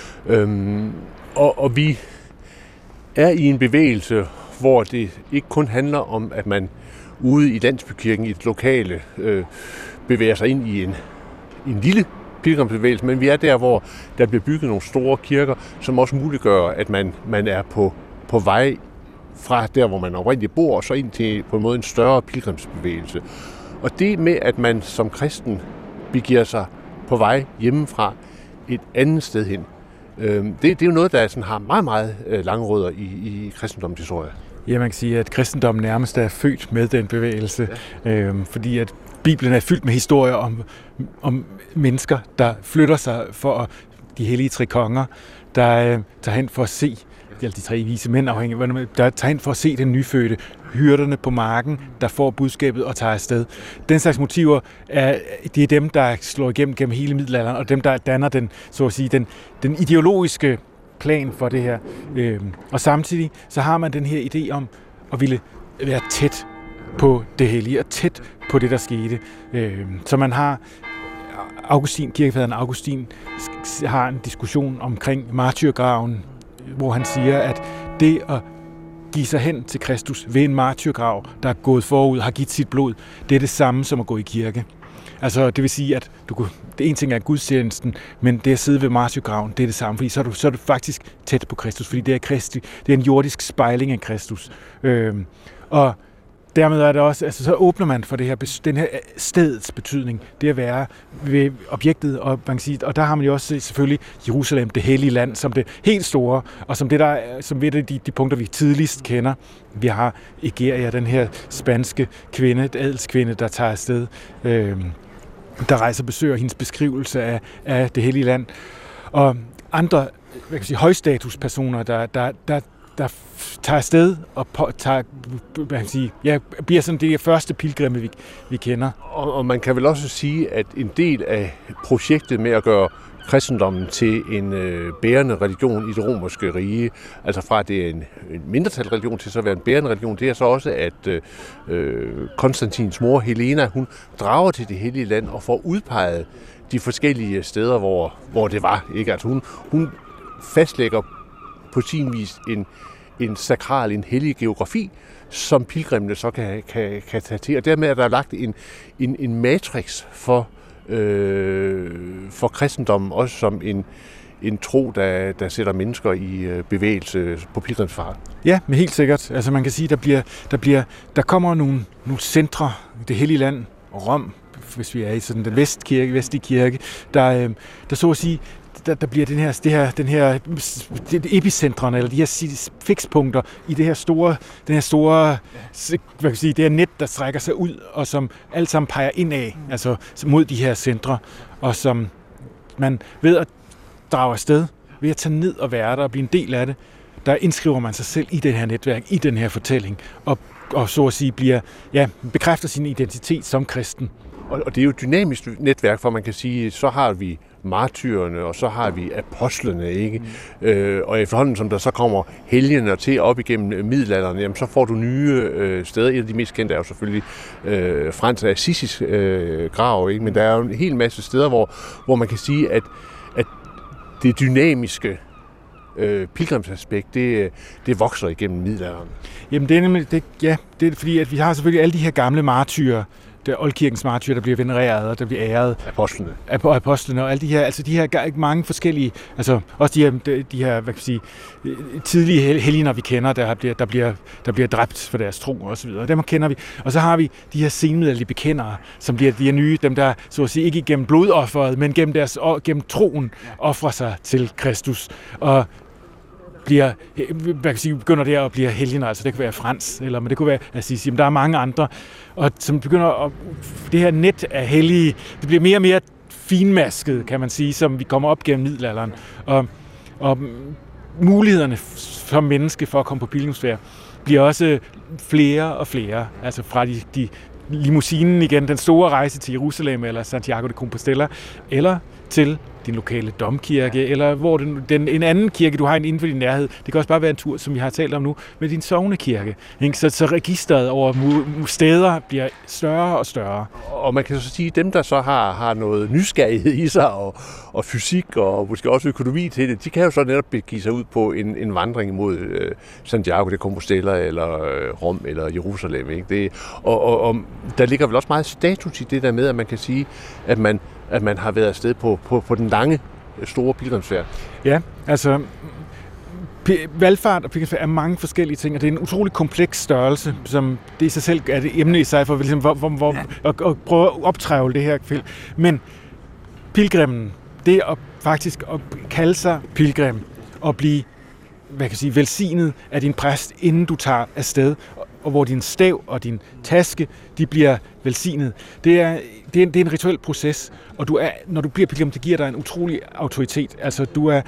Og vi er i en bevægelse, hvor det ikke kun handler om, at man ude i landsbykirken, i det lokale, bevæger sig ind i en lille pilgrimsbevægelse, men vi er der, hvor der bliver bygget nogle store kirker, som også muliggør, at man er på vej fra der, hvor man oprindeligt bor, og så ind til på en måde en større pilgrimsbevægelse. Og det med, at man som kristen begiver sig på vej hjemmefra et andet sted hen, det er jo noget, der sådan har meget, meget lange rødder i kristendommens historie. Ja, man kan sige, at kristendommen nærmest er født med den bevægelse, fordi at Bibelen er fyldt med historier om mennesker, der flytter sig for de hellige tre konger, der tager hen for at se, de 3 vise mænd afhængig, der tager hen for at se den nyfødte, hyrderne på marken, der får budskabet og tager afsted. Den slags motiver det er dem, der slår igennem hele middelalderen, og dem, der danner den, så at sige, den ideologiske plan for det her. Og samtidig så har man den her idé om at ville være tæt på det hellige og tæt på det, der skete. Så man har kirkefaderen Augustin har en diskussion omkring martyrgraven, hvor han siger, at det at give sig hen til Kristus ved en martyrgrav, der er gået forud, har givet sit blod, det er det samme som at gå i kirke. Altså, det vil sige, at det ene ting er gudstjenesten, men det at sidde ved martyrgraven, det er det samme, fordi så er du faktisk tæt på Kristus, fordi det er en jordisk spejling af Kristus. Og dermed er det også, altså så åbner man for det her, den her stedets betydning, det at være ved objektet, og man kan sige, og der har man jo også selvfølgelig Jerusalem, det hellige land, som det helt store, og som de punkter, vi tidligst kender. Vi har Egeria, den her spanske kvinde, adelskvinde, der tager afsted, der rejser og besøger hendes beskrivelse af det hellige land. Og andre, højstatuspersoner, der tager afsted og bliver sådan det første pilgrimme, vi kender. Og man kan vel også sige, at en del af projektet med at gøre kristendommen til en bærende religion i det romerske rige, altså fra at det er en mindretalsreligion til så at være en bærende religion, det er så også, at Konstantins mor Helena, hun drager til det hellige land og får udpeget de forskellige steder, hvor det var. Ikke? Altså hun fastlægger på sin vis en sakral, en hellig geografi, som pilgrimene så kan tage til. Og dermed er der lagt en matrix for kristendommen, også som en tro, der sætter mennesker i bevægelse på pilgrimsfart. Ja, men helt sikkert. Altså man kan sige, der kommer nogle centre, det hellige land, Rom, hvis vi er i sådan den vestlige kirke, der så at sige, der bliver den her epicentrene, eller de her fikspunkter i det her store, hvad kan sige, det her net, der strækker sig ud, og som alt sammen peger indad, altså mod de her centre, og som man ved at drage afsted, ved at tage ned og være der og blive en del af det, der indskriver man sig selv i det her netværk, i den her fortælling, og så at sige bekræfter sin identitet som kristen. Og det er jo et dynamisk netværk, for man kan sige, så har vi martyrerne, og så har vi apostlene, ikke? Og efterhånden, som der så kommer helgener til op igennem middelalderen, jamen, så får du nye steder. Et af de mest kendte er jo selvfølgelig Frans af Assisis grav, ikke? Men der er jo en hel masse steder, hvor man kan sige, at det dynamiske pilgrimsaspekt, det vokser igennem middelalderen. Jamen det er nemlig, det er fordi, at vi har selvfølgelig alle de her gamle martyrer, der oldkirkens martyrer, der bliver venereret, og der bliver æret. Apostlene og alle de her mange forskellige, altså også de her hvad kan sige, tidlige helgener, vi kender, der bliver dræbt for deres tro og så videre. Dem kender vi. Og så har vi de her senmiddelalderlige bekendere, som bliver de her nye, dem der så at sige ikke gennem blodofferet, men gennem troen offrer sig til Kristus. Og begynder der at blive helgener, altså det kunne være Frans, men det kunne være Assisi, men der er mange andre, og som begynder det her net af hellige, det bliver mere og mere finmasket, kan man sige, som vi kommer op gennem middelalderen, og mulighederne som menneske for at komme på pilgrimsfærd bliver også flere og flere, altså fra de limousinen igen, den store rejse til Jerusalem eller Santiago de Compostela, eller til din lokale domkirke, eller hvor en anden kirke, du har inden for din nærhed. Det kan også bare være en tur, som vi har talt om nu, med din sognekirke. Så registret over steder bliver større og større. Og man kan så sige, at dem, der så har noget nysgerrighed i sig, og fysik, og måske også økonomi til det, de kan jo så netop begive sig ud på en vandring mod Santiago de Compostela, eller Rom, eller Jerusalem. Ikke? Og der ligger vel også meget status i det der med, at man kan sige, at man har været afsted på den lange, store pilgrimsfærd. Ja, altså valgfart og pilgrimsfærd er mange forskellige ting, og det er en utrolig kompleks størrelse, som det i sig selv er det emne i sig for ligesom, at prøve at optrævle det her felt. Men pilgrimmen, det er faktisk at kalde sig pilgrim og blive velsignet af din præst, inden du tager afsted, og hvor din stav og din taske, de bliver velsignet. Det er en rituel proces, og når du bliver pilgrim, det giver dig en utrolig autoritet. Altså,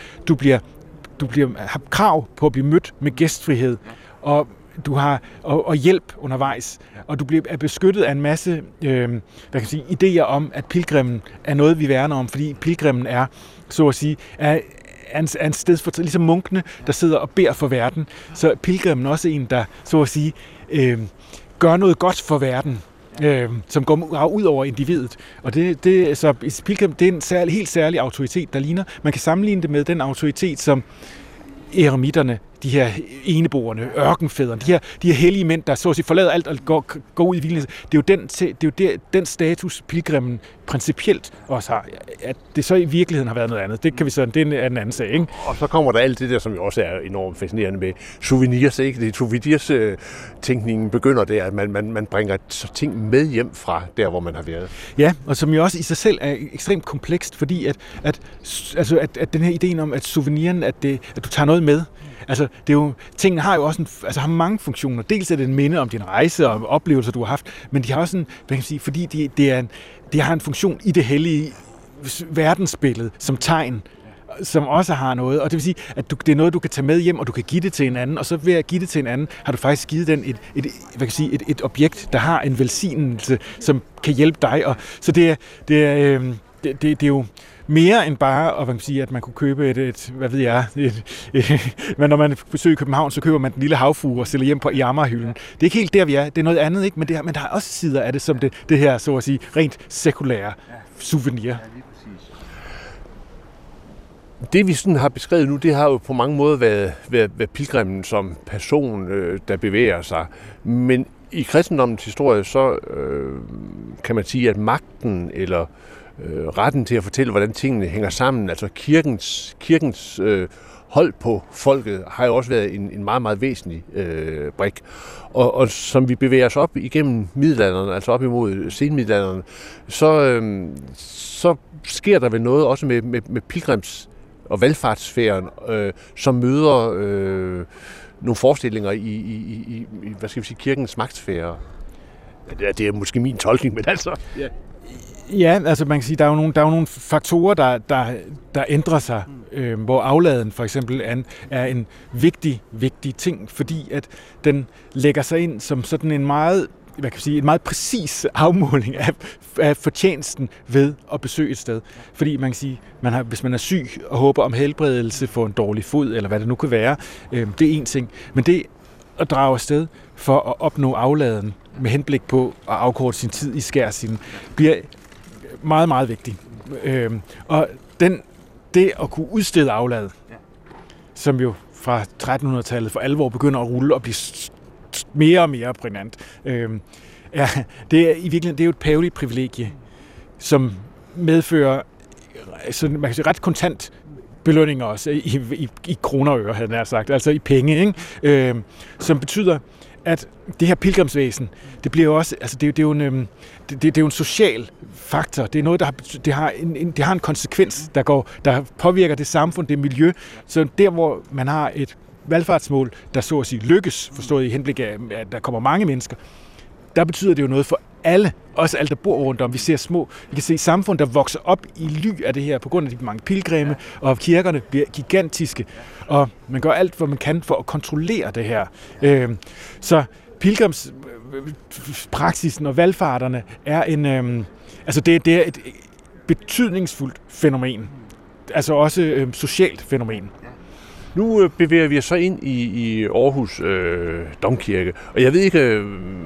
du har krav på at blive mødt med gæstfrihed, og du har og hjælp undervejs, og du er beskyttet af en masse idéer om, at pilgrimmen er noget, vi værner om, fordi pilgrimmen er, så at sige, er en sted for, ligesom munkene, der sidder og beder for verden, så pilgrimmen også en, der, så at sige, gør noget godt for verden, som går ud over individet. Og så pilgrim, det er en helt særlig autoritet, der ligner. Man kan sammenligne det med den autoritet, som eremitterne, de her eneboerne, ørkenfædrene, de her hellige mænd, der så at sige forlader alt og går ud i vildnis. Det er jo den status, pilgrimmen principielt også har. At det så i virkeligheden har været noget andet. Det kan vi så, det er en anden sag, ikke? Og så kommer der alt det der, som jo også er enormt fascinerende med souvenirs, ikke? Det souvenirs-tænkningen begynder der, at man bringer ting med hjem fra der, hvor man har været. Ja, og som jo også i sig selv er ekstremt komplekst, fordi at den her ideen om, at souveniren, at du tager noget med. Altså, det er jo, tingene har jo også har mange funktioner. Dels er det en minde om din rejse og oplevelser, du har haft, men de har også fordi det har en funktion i det hellige verdensbillede som tegn, som også har noget. Og det vil sige, at det er noget, du kan tage med hjem, og du kan give det til en anden, og så ved at give det til en anden, har du faktisk givet den et objekt, der har en velsignelse, som kan hjælpe dig. Og så det er jo mere end bare at man kunne købe men når man besøger København, så køber man den lille havfrue og stiller hjem i Amagerhylden. Det er ikke helt der, vi er. Det er noget andet, ikke? Men der er også sider af det, som det her, så at sige, rent sekulære souvenir. Det, vi sådan har beskrevet nu, det har jo på mange måder været pilgrimmen som person, der bevæger sig. Men i kristendommens historie, så kan man sige, at magten eller retten til at fortælle, hvordan tingene hænger sammen, altså kirkens hold på folket, har jo også været en meget, meget væsentlig brik. Og som vi bevæger os op igennem middelalderen, altså op imod senmiddelalderen, så sker der vel noget også med pilgrims- og valgfartssfæren, som møder nogle forestillinger i hvad skal vi sige, kirkens magtsfære. Det er måske min tolkning, men altså... Yeah. Ja, altså man kan sige, der er jo nogle faktorer, der ændrer sig, hvor afladen for eksempel er en vigtig ting, fordi at den lægger sig ind som sådan en meget, en meget præcis afmåling af fortjenesten ved at besøge et sted. Fordi man kan sige, hvis man er syg og håber om helbredelse for en dårlig fod, eller hvad det nu kan være, det er en ting. Men det at drage afsted for at opnå afladen med henblik på at afkorte sin tid i skærsild, bliver meget, meget vigtig. Og det at kunne udstede aflad, som jo fra 1300-tallet for alvor begynder at rulle og blive mere og mere prægnant, det er i virkeligheden jo et paveligt privilegie, som medfører så man kan sige, ret kontant belønninger også i kroner og øre, havde jeg sagt, altså i penge, ikke? Som betyder, at det her pilgrimsvæsen, det bliver jo også, altså det er jo en social faktor. Det er noget, det har en konsekvens, der påvirker det samfund, det miljø. Så der, hvor man har et valgfartsmål, der så at sige lykkes, forstået i henblik af, at der kommer mange mennesker, der betyder det jo noget for alle, også alle, der bor rundt om. Vi kan se samfund, der vokser op i ly af det her, på grund af de mange pilgrimme, og kirkerne bliver gigantiske, og man gør alt, hvad man kan for at kontrollere det her. Så pilgrimspraksisen og valgfarterne er det er et betydningsfuldt fænomen altså også socialt fænomen. Nu bevæger vi os så ind i Aarhus Domkirke, og jeg ved ikke,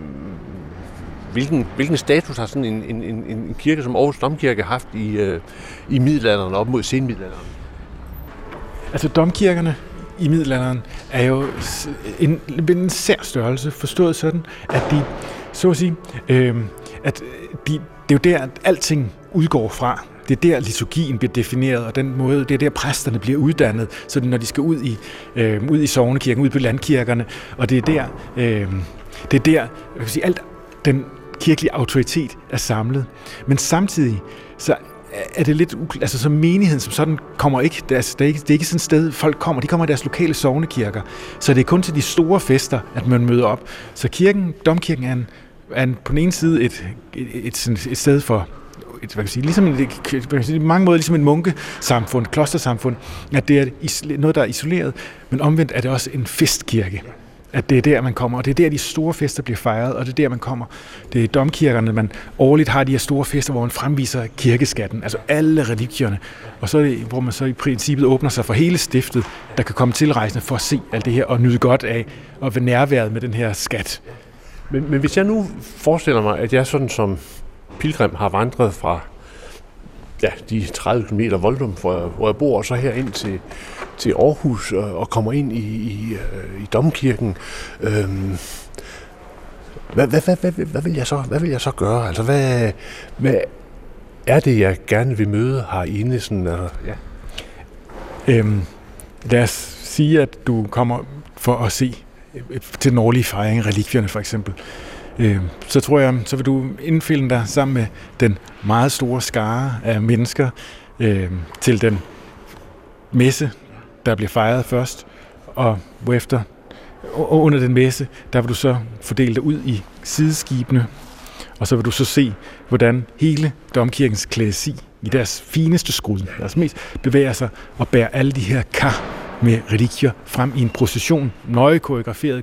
hvilken status har sådan en kirke som Aarhus Domkirke haft i middelalderen op mod senmiddelalderen? Altså domkirkerne i middelalderen er jo en sær størrelse, forstået sådan, at de, så at sige, det er jo der, at alting udgår fra. Det er der, liturgien bliver defineret, og den måde, det er der, præsterne bliver uddannet, så når de skal ud i sognekirken, ud på landkirkerne, og det er der, jeg kan sige, alt den kirkelige autoritet er samlet. Men samtidig, så er det lidt, altså så menigheden som sådan kommer ikke, det er ikke sådan et sted, folk kommer, de kommer i deres lokale sognekirker, så det er kun til de store fester, at man møder op. Så domkirken er på den ene side et sted for, hvad kan sige, ligesom mange måder ligesom et munkesamfund, et klostersamfund, at det er noget, der er isoleret, men omvendt er det også en festkirke. At det er der, man kommer, og det er der, de store fester bliver fejret, og det er der, man kommer. Det er domkirkerne, man årligt har de her store fester, hvor man fremviser kirkeskatten, altså alle relikvierne, og så er det, hvor man så i princippet åbner sig for hele stiftet, der kan komme tilrejsende for at se alt det her, og nyde godt af at være nærværet med den her skat. Men hvis jeg nu forestiller mig, at jeg sådan som pilgrim har vandret fra de 30 km Voldum, hvor jeg bor, og så her ind til Aarhus og kommer ind i domkirken. Hvad vil jeg så gøre? Altså hvad er det, jeg gerne vil møde herinde? Sådan, lad os sige, at du kommer for at se til den årlige fejring, relikvierne for eksempel. Så tror jeg, så vil du indfinde dig sammen med den meget store skare af mennesker til den messe, der bliver fejret først, og efter og under den messe, der vil du så fordele dig ud i sideskibene, og så vil du så se, hvordan hele domkirkens klædesi i deres fineste skrud, deres mest, bevæger sig og bærer alle de her kar med relikvier frem i en procession, nøje koreograferet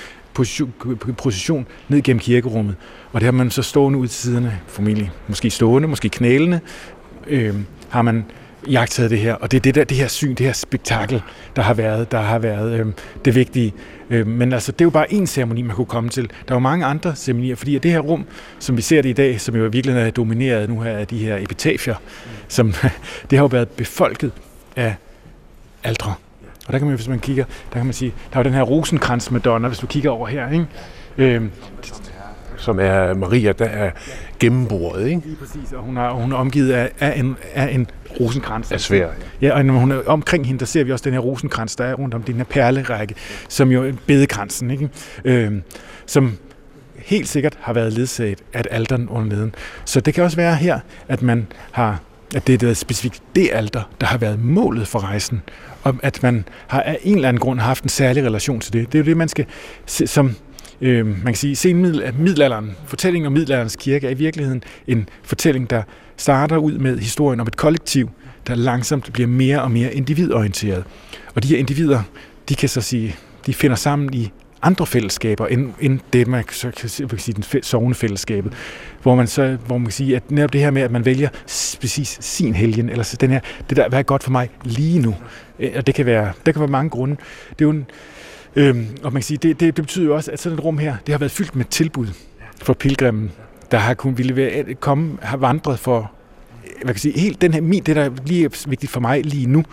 procession ned gennem kirkerummet. Og det har man så stående ud til siderne, formentlig måske stående, måske knælende, har man iagttaget det her. Og det er det her syn, det her spektakel, der har været det vigtige. Men altså, det er jo bare én ceremoni, man kunne komme til. Der er jo mange andre ceremonier, fordi det her rum, som vi ser det i dag, som jo virkelig er domineret nu her af de her epitafier, som det har jo været befolket af aldre. Og der kan man, hvis man kigger, der kan man sige, der er jo den her rosenkrans-madonna, hvis du kigger over her, ikke? Som er Maria, der er gennemboret, ikke? Lige præcis, og hun er omgivet af en rosenkrans. Af svær. Ja, og når hun er omkring hende, der ser vi også den her rosenkrans, der er rundt om den her perlerække, som jo er bedekransen, ikke? Som helt sikkert har været ledsaget af et alteren under neden. Så det kan også være her, at man har, at det er specifikt det alter, der har været målet for rejsen, og at man har af en eller anden grund haft en særlig relation til det. Det er jo det, man skal se, som man kan sige, middelalderen, fortællingen om middelalderens kirke er i virkeligheden en fortælling, der starter ud med historien om et kollektiv, der langsomt bliver mere og mere individorienteret. Og de her individer, de kan så sige, de finder sammen i andre fællesskaber end det, man så kan sige, den sognefællesskabet, hvor man kan sige, at netop det her med, at man vælger præcis sin helgen, eller så den her, det der, hvad er godt for mig lige nu. Og det kan være mange grunde. Det er jo og man kan sige, det betyder jo også, at sådan et rum her, det har været fyldt med tilbud for pilgrimen, der har har vandret for, hvad kan sige, helt den her, det der lige er vigtigt for mig lige nu.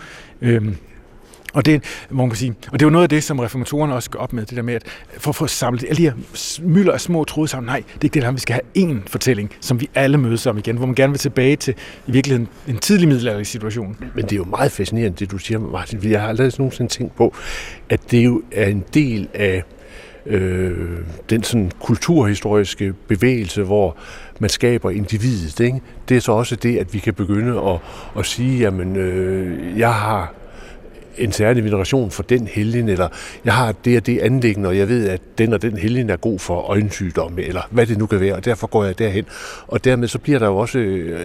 Og det, må man sige, og det er jo noget af det, som reformatorerne også går op med, det der med, at for at få samlet alle de her mylder af små tråde sammen, nej, det er ikke det der, vi skal have én fortælling, som vi alle mødes om igen, hvor man gerne vil tilbage til i virkeligheden en tidlig middelalderlig situation. Men det er jo meget fascinerende, det du siger, Martin, fordi jeg har aldrig nogensinde tænkt på, at det jo er en del af den sådan kulturhistoriske bevægelse, hvor man skaber individet, ikke? Det er så også det, at vi kan begynde at sige, jamen, jeg har en særlig veneration for den helgen, eller jeg har det og det anliggende, og jeg ved, at den og den helgen er god for øjensygdomme, eller hvad det nu kan være, og derfor går jeg derhen. Og dermed så bliver der jo også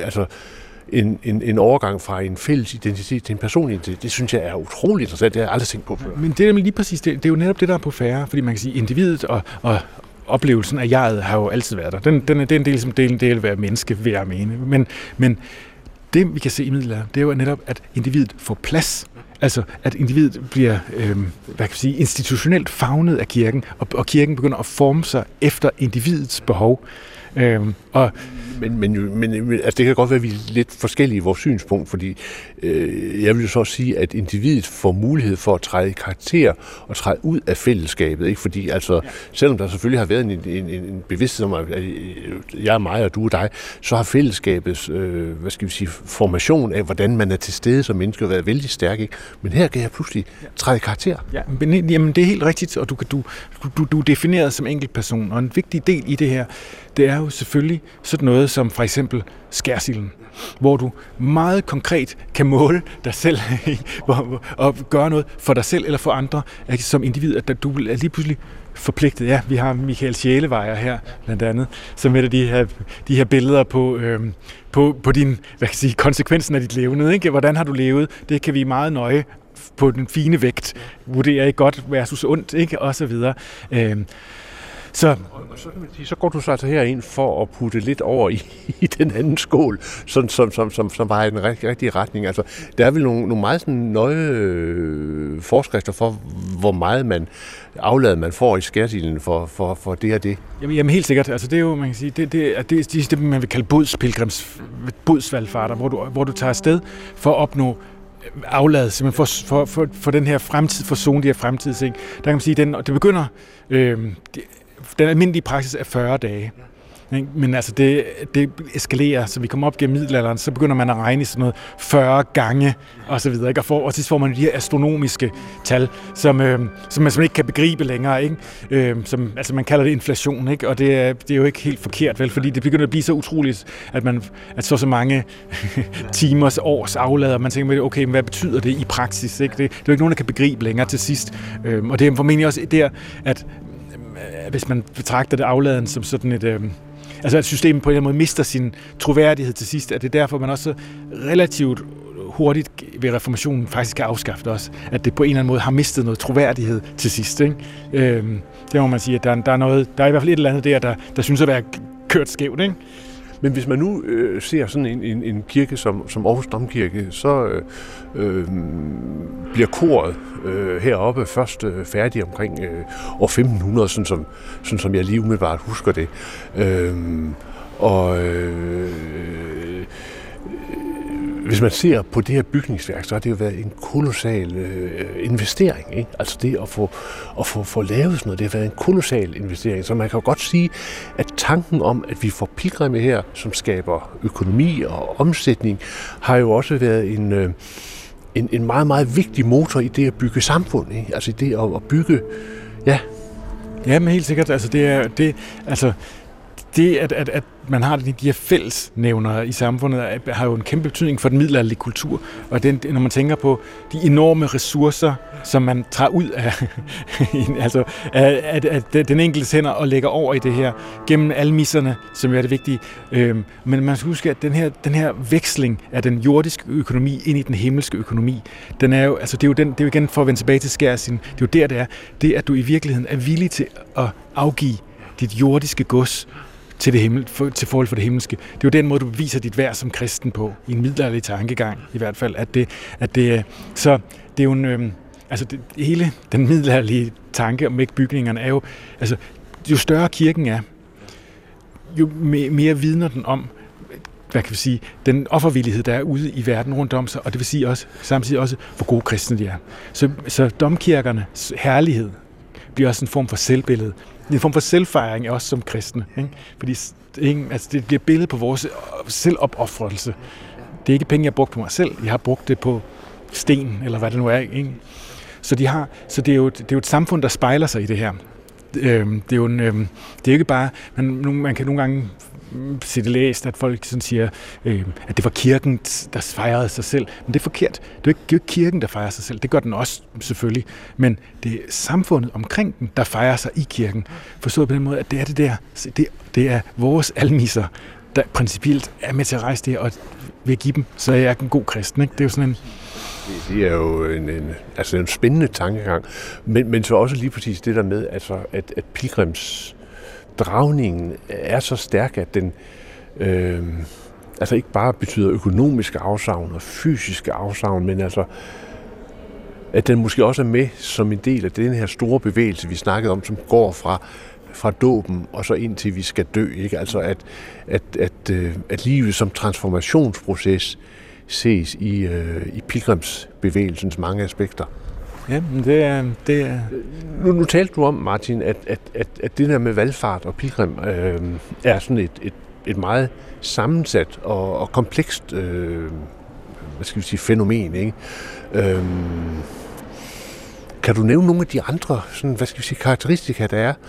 en overgang fra en fælles identitet til en personlig identitet. Det synes jeg er utroligt interessant, det har jeg aldrig tænkt på før. Men det er lige præcis, det er jo netop det, der er på færre, fordi man kan sige, individet og oplevelsen af jeget har jo altid været der. Det er en del, som del vil være menneske, vil jeg mene. Men det, vi kan se i middelalderen, det er jo netop, at individet får plads. Altså, at individet bliver institutionelt favnet af kirken, og kirken begynder at forme sig efter individets behov. Men altså, det kan godt være, at vi er lidt forskellige i vores synspunkt, fordi jeg vil jo så sige, at individet får mulighed for at træde i karakter og træde ud af fællesskabet, ikke? Fordi altså, selvom der selvfølgelig har været en bevidsthed om, at jeg er mig og du er dig, så har fællesskabets formation af, hvordan man er til stede som menneske, været vældig stærk, ikke? Men her kan jeg pludselig træde i karakter. Ja, men jamen, det er helt rigtigt, og du er defineret som enkeltperson, og en vigtig del i det her, det er jo selvfølgelig sådan noget som for eksempel skærsilden, hvor du meget konkret kan måle dig selv og gøre noget for dig selv eller for andre som individ, at du er lige pludselig forpligtet. Ja, vi har Michael Sjælevejer her, blandt andet, som et af de her billeder på din, konsekvensen af dit levende. Ikke? Hvordan har du levet? Det kan vi meget nøje på den fine vægt vurdere, ikke godt versus ondt, ikke? Og så videre. Så går du så altså herind for at putte lidt over i den anden skål, som var i den rigtige retning. Altså, der er vel nogle meget sådan nøje forskrifter for, hvor meget aflad man får i skærsilden for det og det. Jamen helt sikkert. Altså, det er jo, man kan sige, det man vil kalde bodsvalgfarter, hvor du tager afsted for at opnå aflad, simpelthen for den her fremtid, for zone de her fremtidsing. Der kan man sige, det begynder den almindelige praksis er 40 dage. Men altså det eskalerer, så vi kommer op gennem middelalderen, så begynder man at regne i sådan noget 40 gange og så videre, ikke? Og sidst får man de her astronomiske tal, som man ikke kan begribe længere, ikke? Altså man kalder det inflation, ikke? Og det er jo ikke helt forkert, vel, fordi det begynder at blive så utroligt, at så mange timers års aflader, man tænker, okay, men hvad betyder det i praksis, ikke? Det er jo ikke nogen, der kan begribe længere til sidst. Og det er formentlig også der, at hvis man betragter det afladen som sådan et at systemet på en eller anden måde mister sin troværdighed til sidst, at det er derfor, man også relativt hurtigt ved reformationen faktisk kan afskaffe det også, at det på en eller anden måde har mistet noget troværdighed til sidst, ikke? Det må man sige, at der er i hvert fald et eller andet der synes at være kørt skævt, ikke? Men hvis man nu ser sådan en kirke som Aarhus Domkirke, så bliver koret heroppe først færdig omkring år 1500, sådan som jeg lige umiddelbart husker det. Hvis man ser på det her bygningsværk, så har det jo været en kolossal investering, ikke? Altså det at få lavet sådan noget, det har været en kolossal investering. Så man kan jo godt sige, at tanken om, at vi får pilgrimme her, som skaber økonomi og omsætning, har jo også været en meget, meget vigtig motor i det at bygge samfund, ikke? Altså det at bygge, ja. Ja, men helt sikkert. Altså det at man har de her fællesnævnere i samfundet, har jo en kæmpe betydning for den middelalderlige kultur. Og når man tænker på de enorme ressourcer, som man tager ud af den enkeltes hænder og lægger over i det her, gennem almisserne, som er det vigtige. Men man skal huske, at den her veksling af den jordiske økonomi ind i den himmelske økonomi, den er jo, altså det er jo igen for at vende tilbage til skærsilden, det er jo der, det er, at du i virkeligheden er villig til at afgive dit jordiske gods til forhold for det himmelske. Det er jo den måde, du beviser dit værd som kristen på, i en middelalderlig tankegang i hvert fald, så det er jo hele den middelalderlige tanke om bygningerne er jo, altså jo større kirken er, jo mere vidner den om, hvad kan vi sige, den offervillighed, der er ude i verden rundt om sig, og det vil sige også, samtidig også, hvor gode kristne de er. Så domkirkernes herlighed bliver også en form for selvbillede. En form for selvfejring er også som kristne, ikke? Fordi det bliver billede på vores selvopoffrelse. Det er ikke penge, jeg har brugt på mig selv. Jeg har brugt det på sten, eller hvad det nu er, ikke? Så det er jo et samfund, der spejler sig i det her. Det er jo ikke bare, man kan nogle gange se det læst, at folk sådan siger, at det var kirken, der fejrede sig selv. Men det er forkert. Det er jo ikke kirken, der fejrer sig selv. Det gør den også, selvfølgelig. Men det er samfundet omkring den, der fejrer sig i kirken. Forstået på den måde, at det er det der. Det er vores almisser, der principielt er med til at rejse det, og vil give dem, så er jeg en god kristen, ikke? Det er jo sådan en... Det er jo en spændende tankegang, men så også lige præcis det der med, altså, at pilgrimsdragningen er så stærk, at altså ikke bare betyder økonomiske afsavn og fysiske afsavn, men altså at den måske også er med som en del af den her store bevægelse, vi snakkede om, som går fra dåben og så indtil vi skal dø. Ikke? Altså at livet som transformationsproces ses i pilgrimsbevægelsens mange aspekter. Ja, det er... Nu talte du om, Martin, at det der med valfart og pilgrim er sådan et meget sammensat og komplekst fænomen. Ikke? Kan du nævne nogle af de andre sådan, karakteristika, der er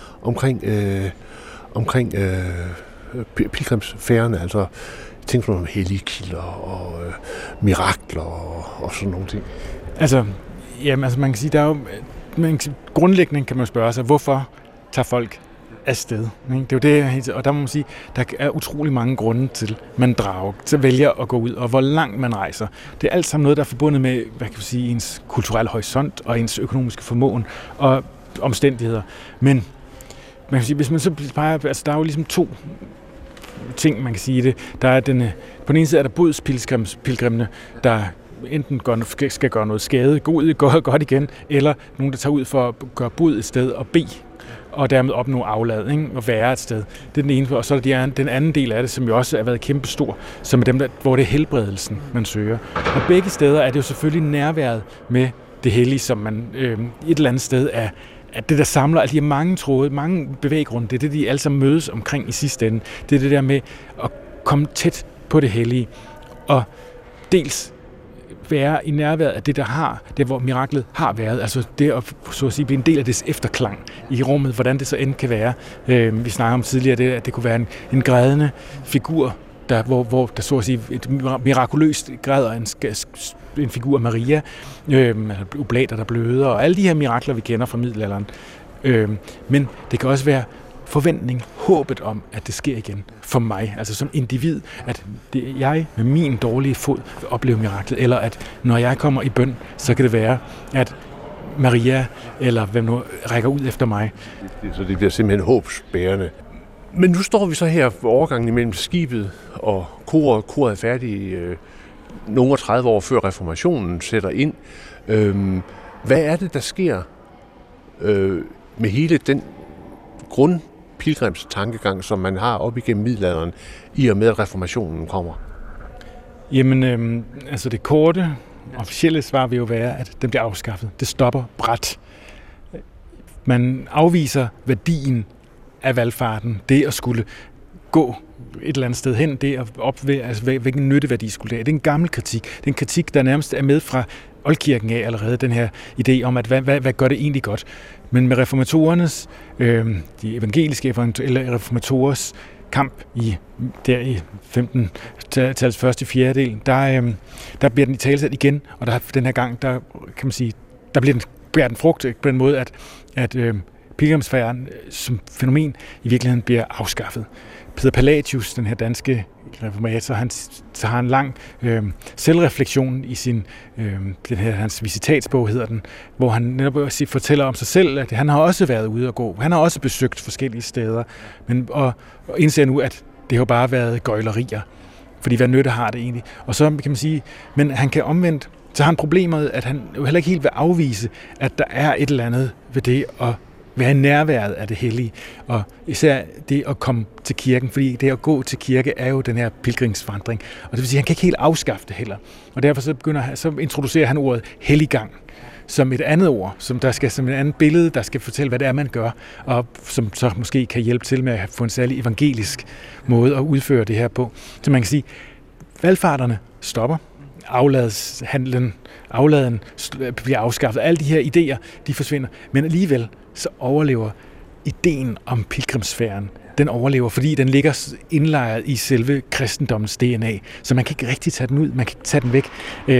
omkring pilgrimsfærerne, altså ting som hellige kilder og mirakler og sådan nogle ting? Altså man kan sige, der er jo grundlæggende kan man spørge sig, hvorfor tager folk afsted? Det er jo det, og der må man sige, der er utrolig mange grunde til, man vælger at gå ud, og hvor langt man rejser. Det er alt sammen noget, der er forbundet med, ens kulturelle horisont og ens økonomiske formåen og omstændigheder. Men man kan sige, hvis man så peger, altså der er jo ligesom to ting, man kan sige det. Der er på den ene side er der bodspilgrimene, der enten skal gøre noget skade, gå ud, gå godt igen, eller nogen, der tager ud for at gøre bod et sted og bede, og dermed opnå afladning og være et sted. Det er den ene, og så er der den anden del af det, som jo også har været kæmpestor, som er dem, hvor det er helbredelsen, man søger. Og begge steder er det jo selvfølgelig nærværet med det hellige, som man et eller andet sted er, at det, der samler alle de her mange tråde, mange bevæggrunde, det er det, de alle sammen mødes omkring i sidste ende. Det er det der med at komme tæt på det hellige, og dels være i nærværet af det, hvor miraklet har været, altså det at, så at sige, blive en del af dets efterklang i rummet, hvordan det så end kan være. Vi snakker om tidligere, at det kunne være en grædende figur, hvor der så at sige et mirakuløst græder en figur af Maria, oblater, der bløder, og alle de her mirakler, vi kender fra middelalderen. Men det kan også være forventning, håbet om, at det sker igen for mig, altså som individ, at jeg med min dårlige fod vil opleve miraklet, eller at når jeg kommer i bøn, så kan det være, at Maria, eller hvem nu, rækker ud efter mig. Så det bliver simpelthen håbsbærende. Men nu står vi så her ved overgangen imellem skibet og koret. Koret er færdig nogle 30 år før reformationen sætter ind. Hvad er det, der sker med hele den grundpilgrimstankegang, som man har op igennem middelalderen, i og med at reformationen kommer? Jamen, altså det korte, officielle svar vil jo være, at den bliver afskaffet. Det stopper brat. Man afviser værdien af valfarten, det at skulle gå et eller andet sted hen, det at hvilken nytteværdi skulle det have. Det er en gammel kritik. Det er en kritik, der nærmest er med fra oldkirken af allerede, den her idé om, at hvad gør det egentlig godt. Men med reformatorernes, de evangeliske reformatorers kamp i 15-tals første fjerdedel, der bliver den i talesat igen, og der den her gang, der kan man sige, der bliver den frugt på den måde, at pilgrimsfærden som fænomen i virkeligheden bliver afskaffet. Peder Palladius, den her danske reformator, han har en lang selvreflektion i sin hans visitatsbog hedder den, hvor han netop fortæller om sig selv, at han har også været ude at gå. Han har også besøgt forskellige steder, og indser nu, at det har bare været gøjlerier. Fordi hvad nytte har det egentlig? Og så kan man sige, men han kan omvendt, så har han problemet, at han jo heller ikke helt vil afvise, at der er et eller andet ved det at være nærværet af det hellige, og især det at komme til kirken, fordi det at gå til kirke er jo den her pilgrimsvandring, og det vil sige, at han kan ikke helt afskaffe det heller. Og derfor så introducerer han ordet helliggang som et andet ord, som et andet billede, der skal fortælle, hvad det er, man gør, og som så måske kan hjælpe til med at få en særlig evangelisk måde at udføre det her på. Så man kan sige, valfarterne stopper, afladen bliver afskaffet, alle de her idéer, de forsvinder, men alligevel så overlever ideen om pilgrimsfærden. Den overlever, fordi den ligger indlejret i selve kristendommens DNA, så man kan ikke rigtig tage den ud, man kan ikke tage den væk.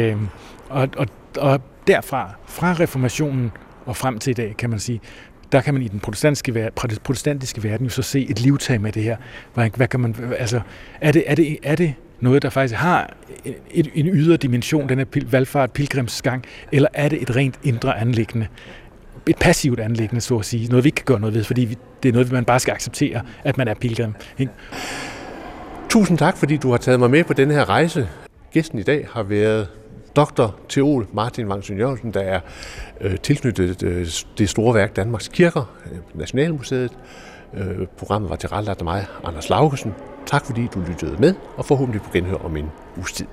Og derfra, fra reformationen og frem til i dag, kan man sige, der kan man i den protestantiske verden jo så se et livtag med det her. Hvad kan man, altså, er det noget, der faktisk har en ydre dimension, den her valfart, pilgrimsgang, eller er det et rent indre anliggende? Et passivt anliggende, så at sige. Noget, vi ikke kan gøre noget ved, fordi det er noget, man bare skal acceptere, at man er pilgrim. Ikke? Tusind tak, fordi du har taget mig med på den her rejse. Gæsten i dag har været Dr. Teol Martin Vangsø Jørgensen, der er tilknyttet det store værk Danmarks Kirker, Nationalmuseet. Programmet var tilrettelagt af mig, Anders Laugesen. Tak fordi du lyttede med, og forhåbentlig på genhør om en uges tid.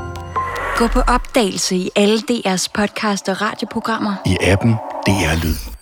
Gå på opdagelse i alle DR's podcast og radioprogrammer. I appen DR Lyd.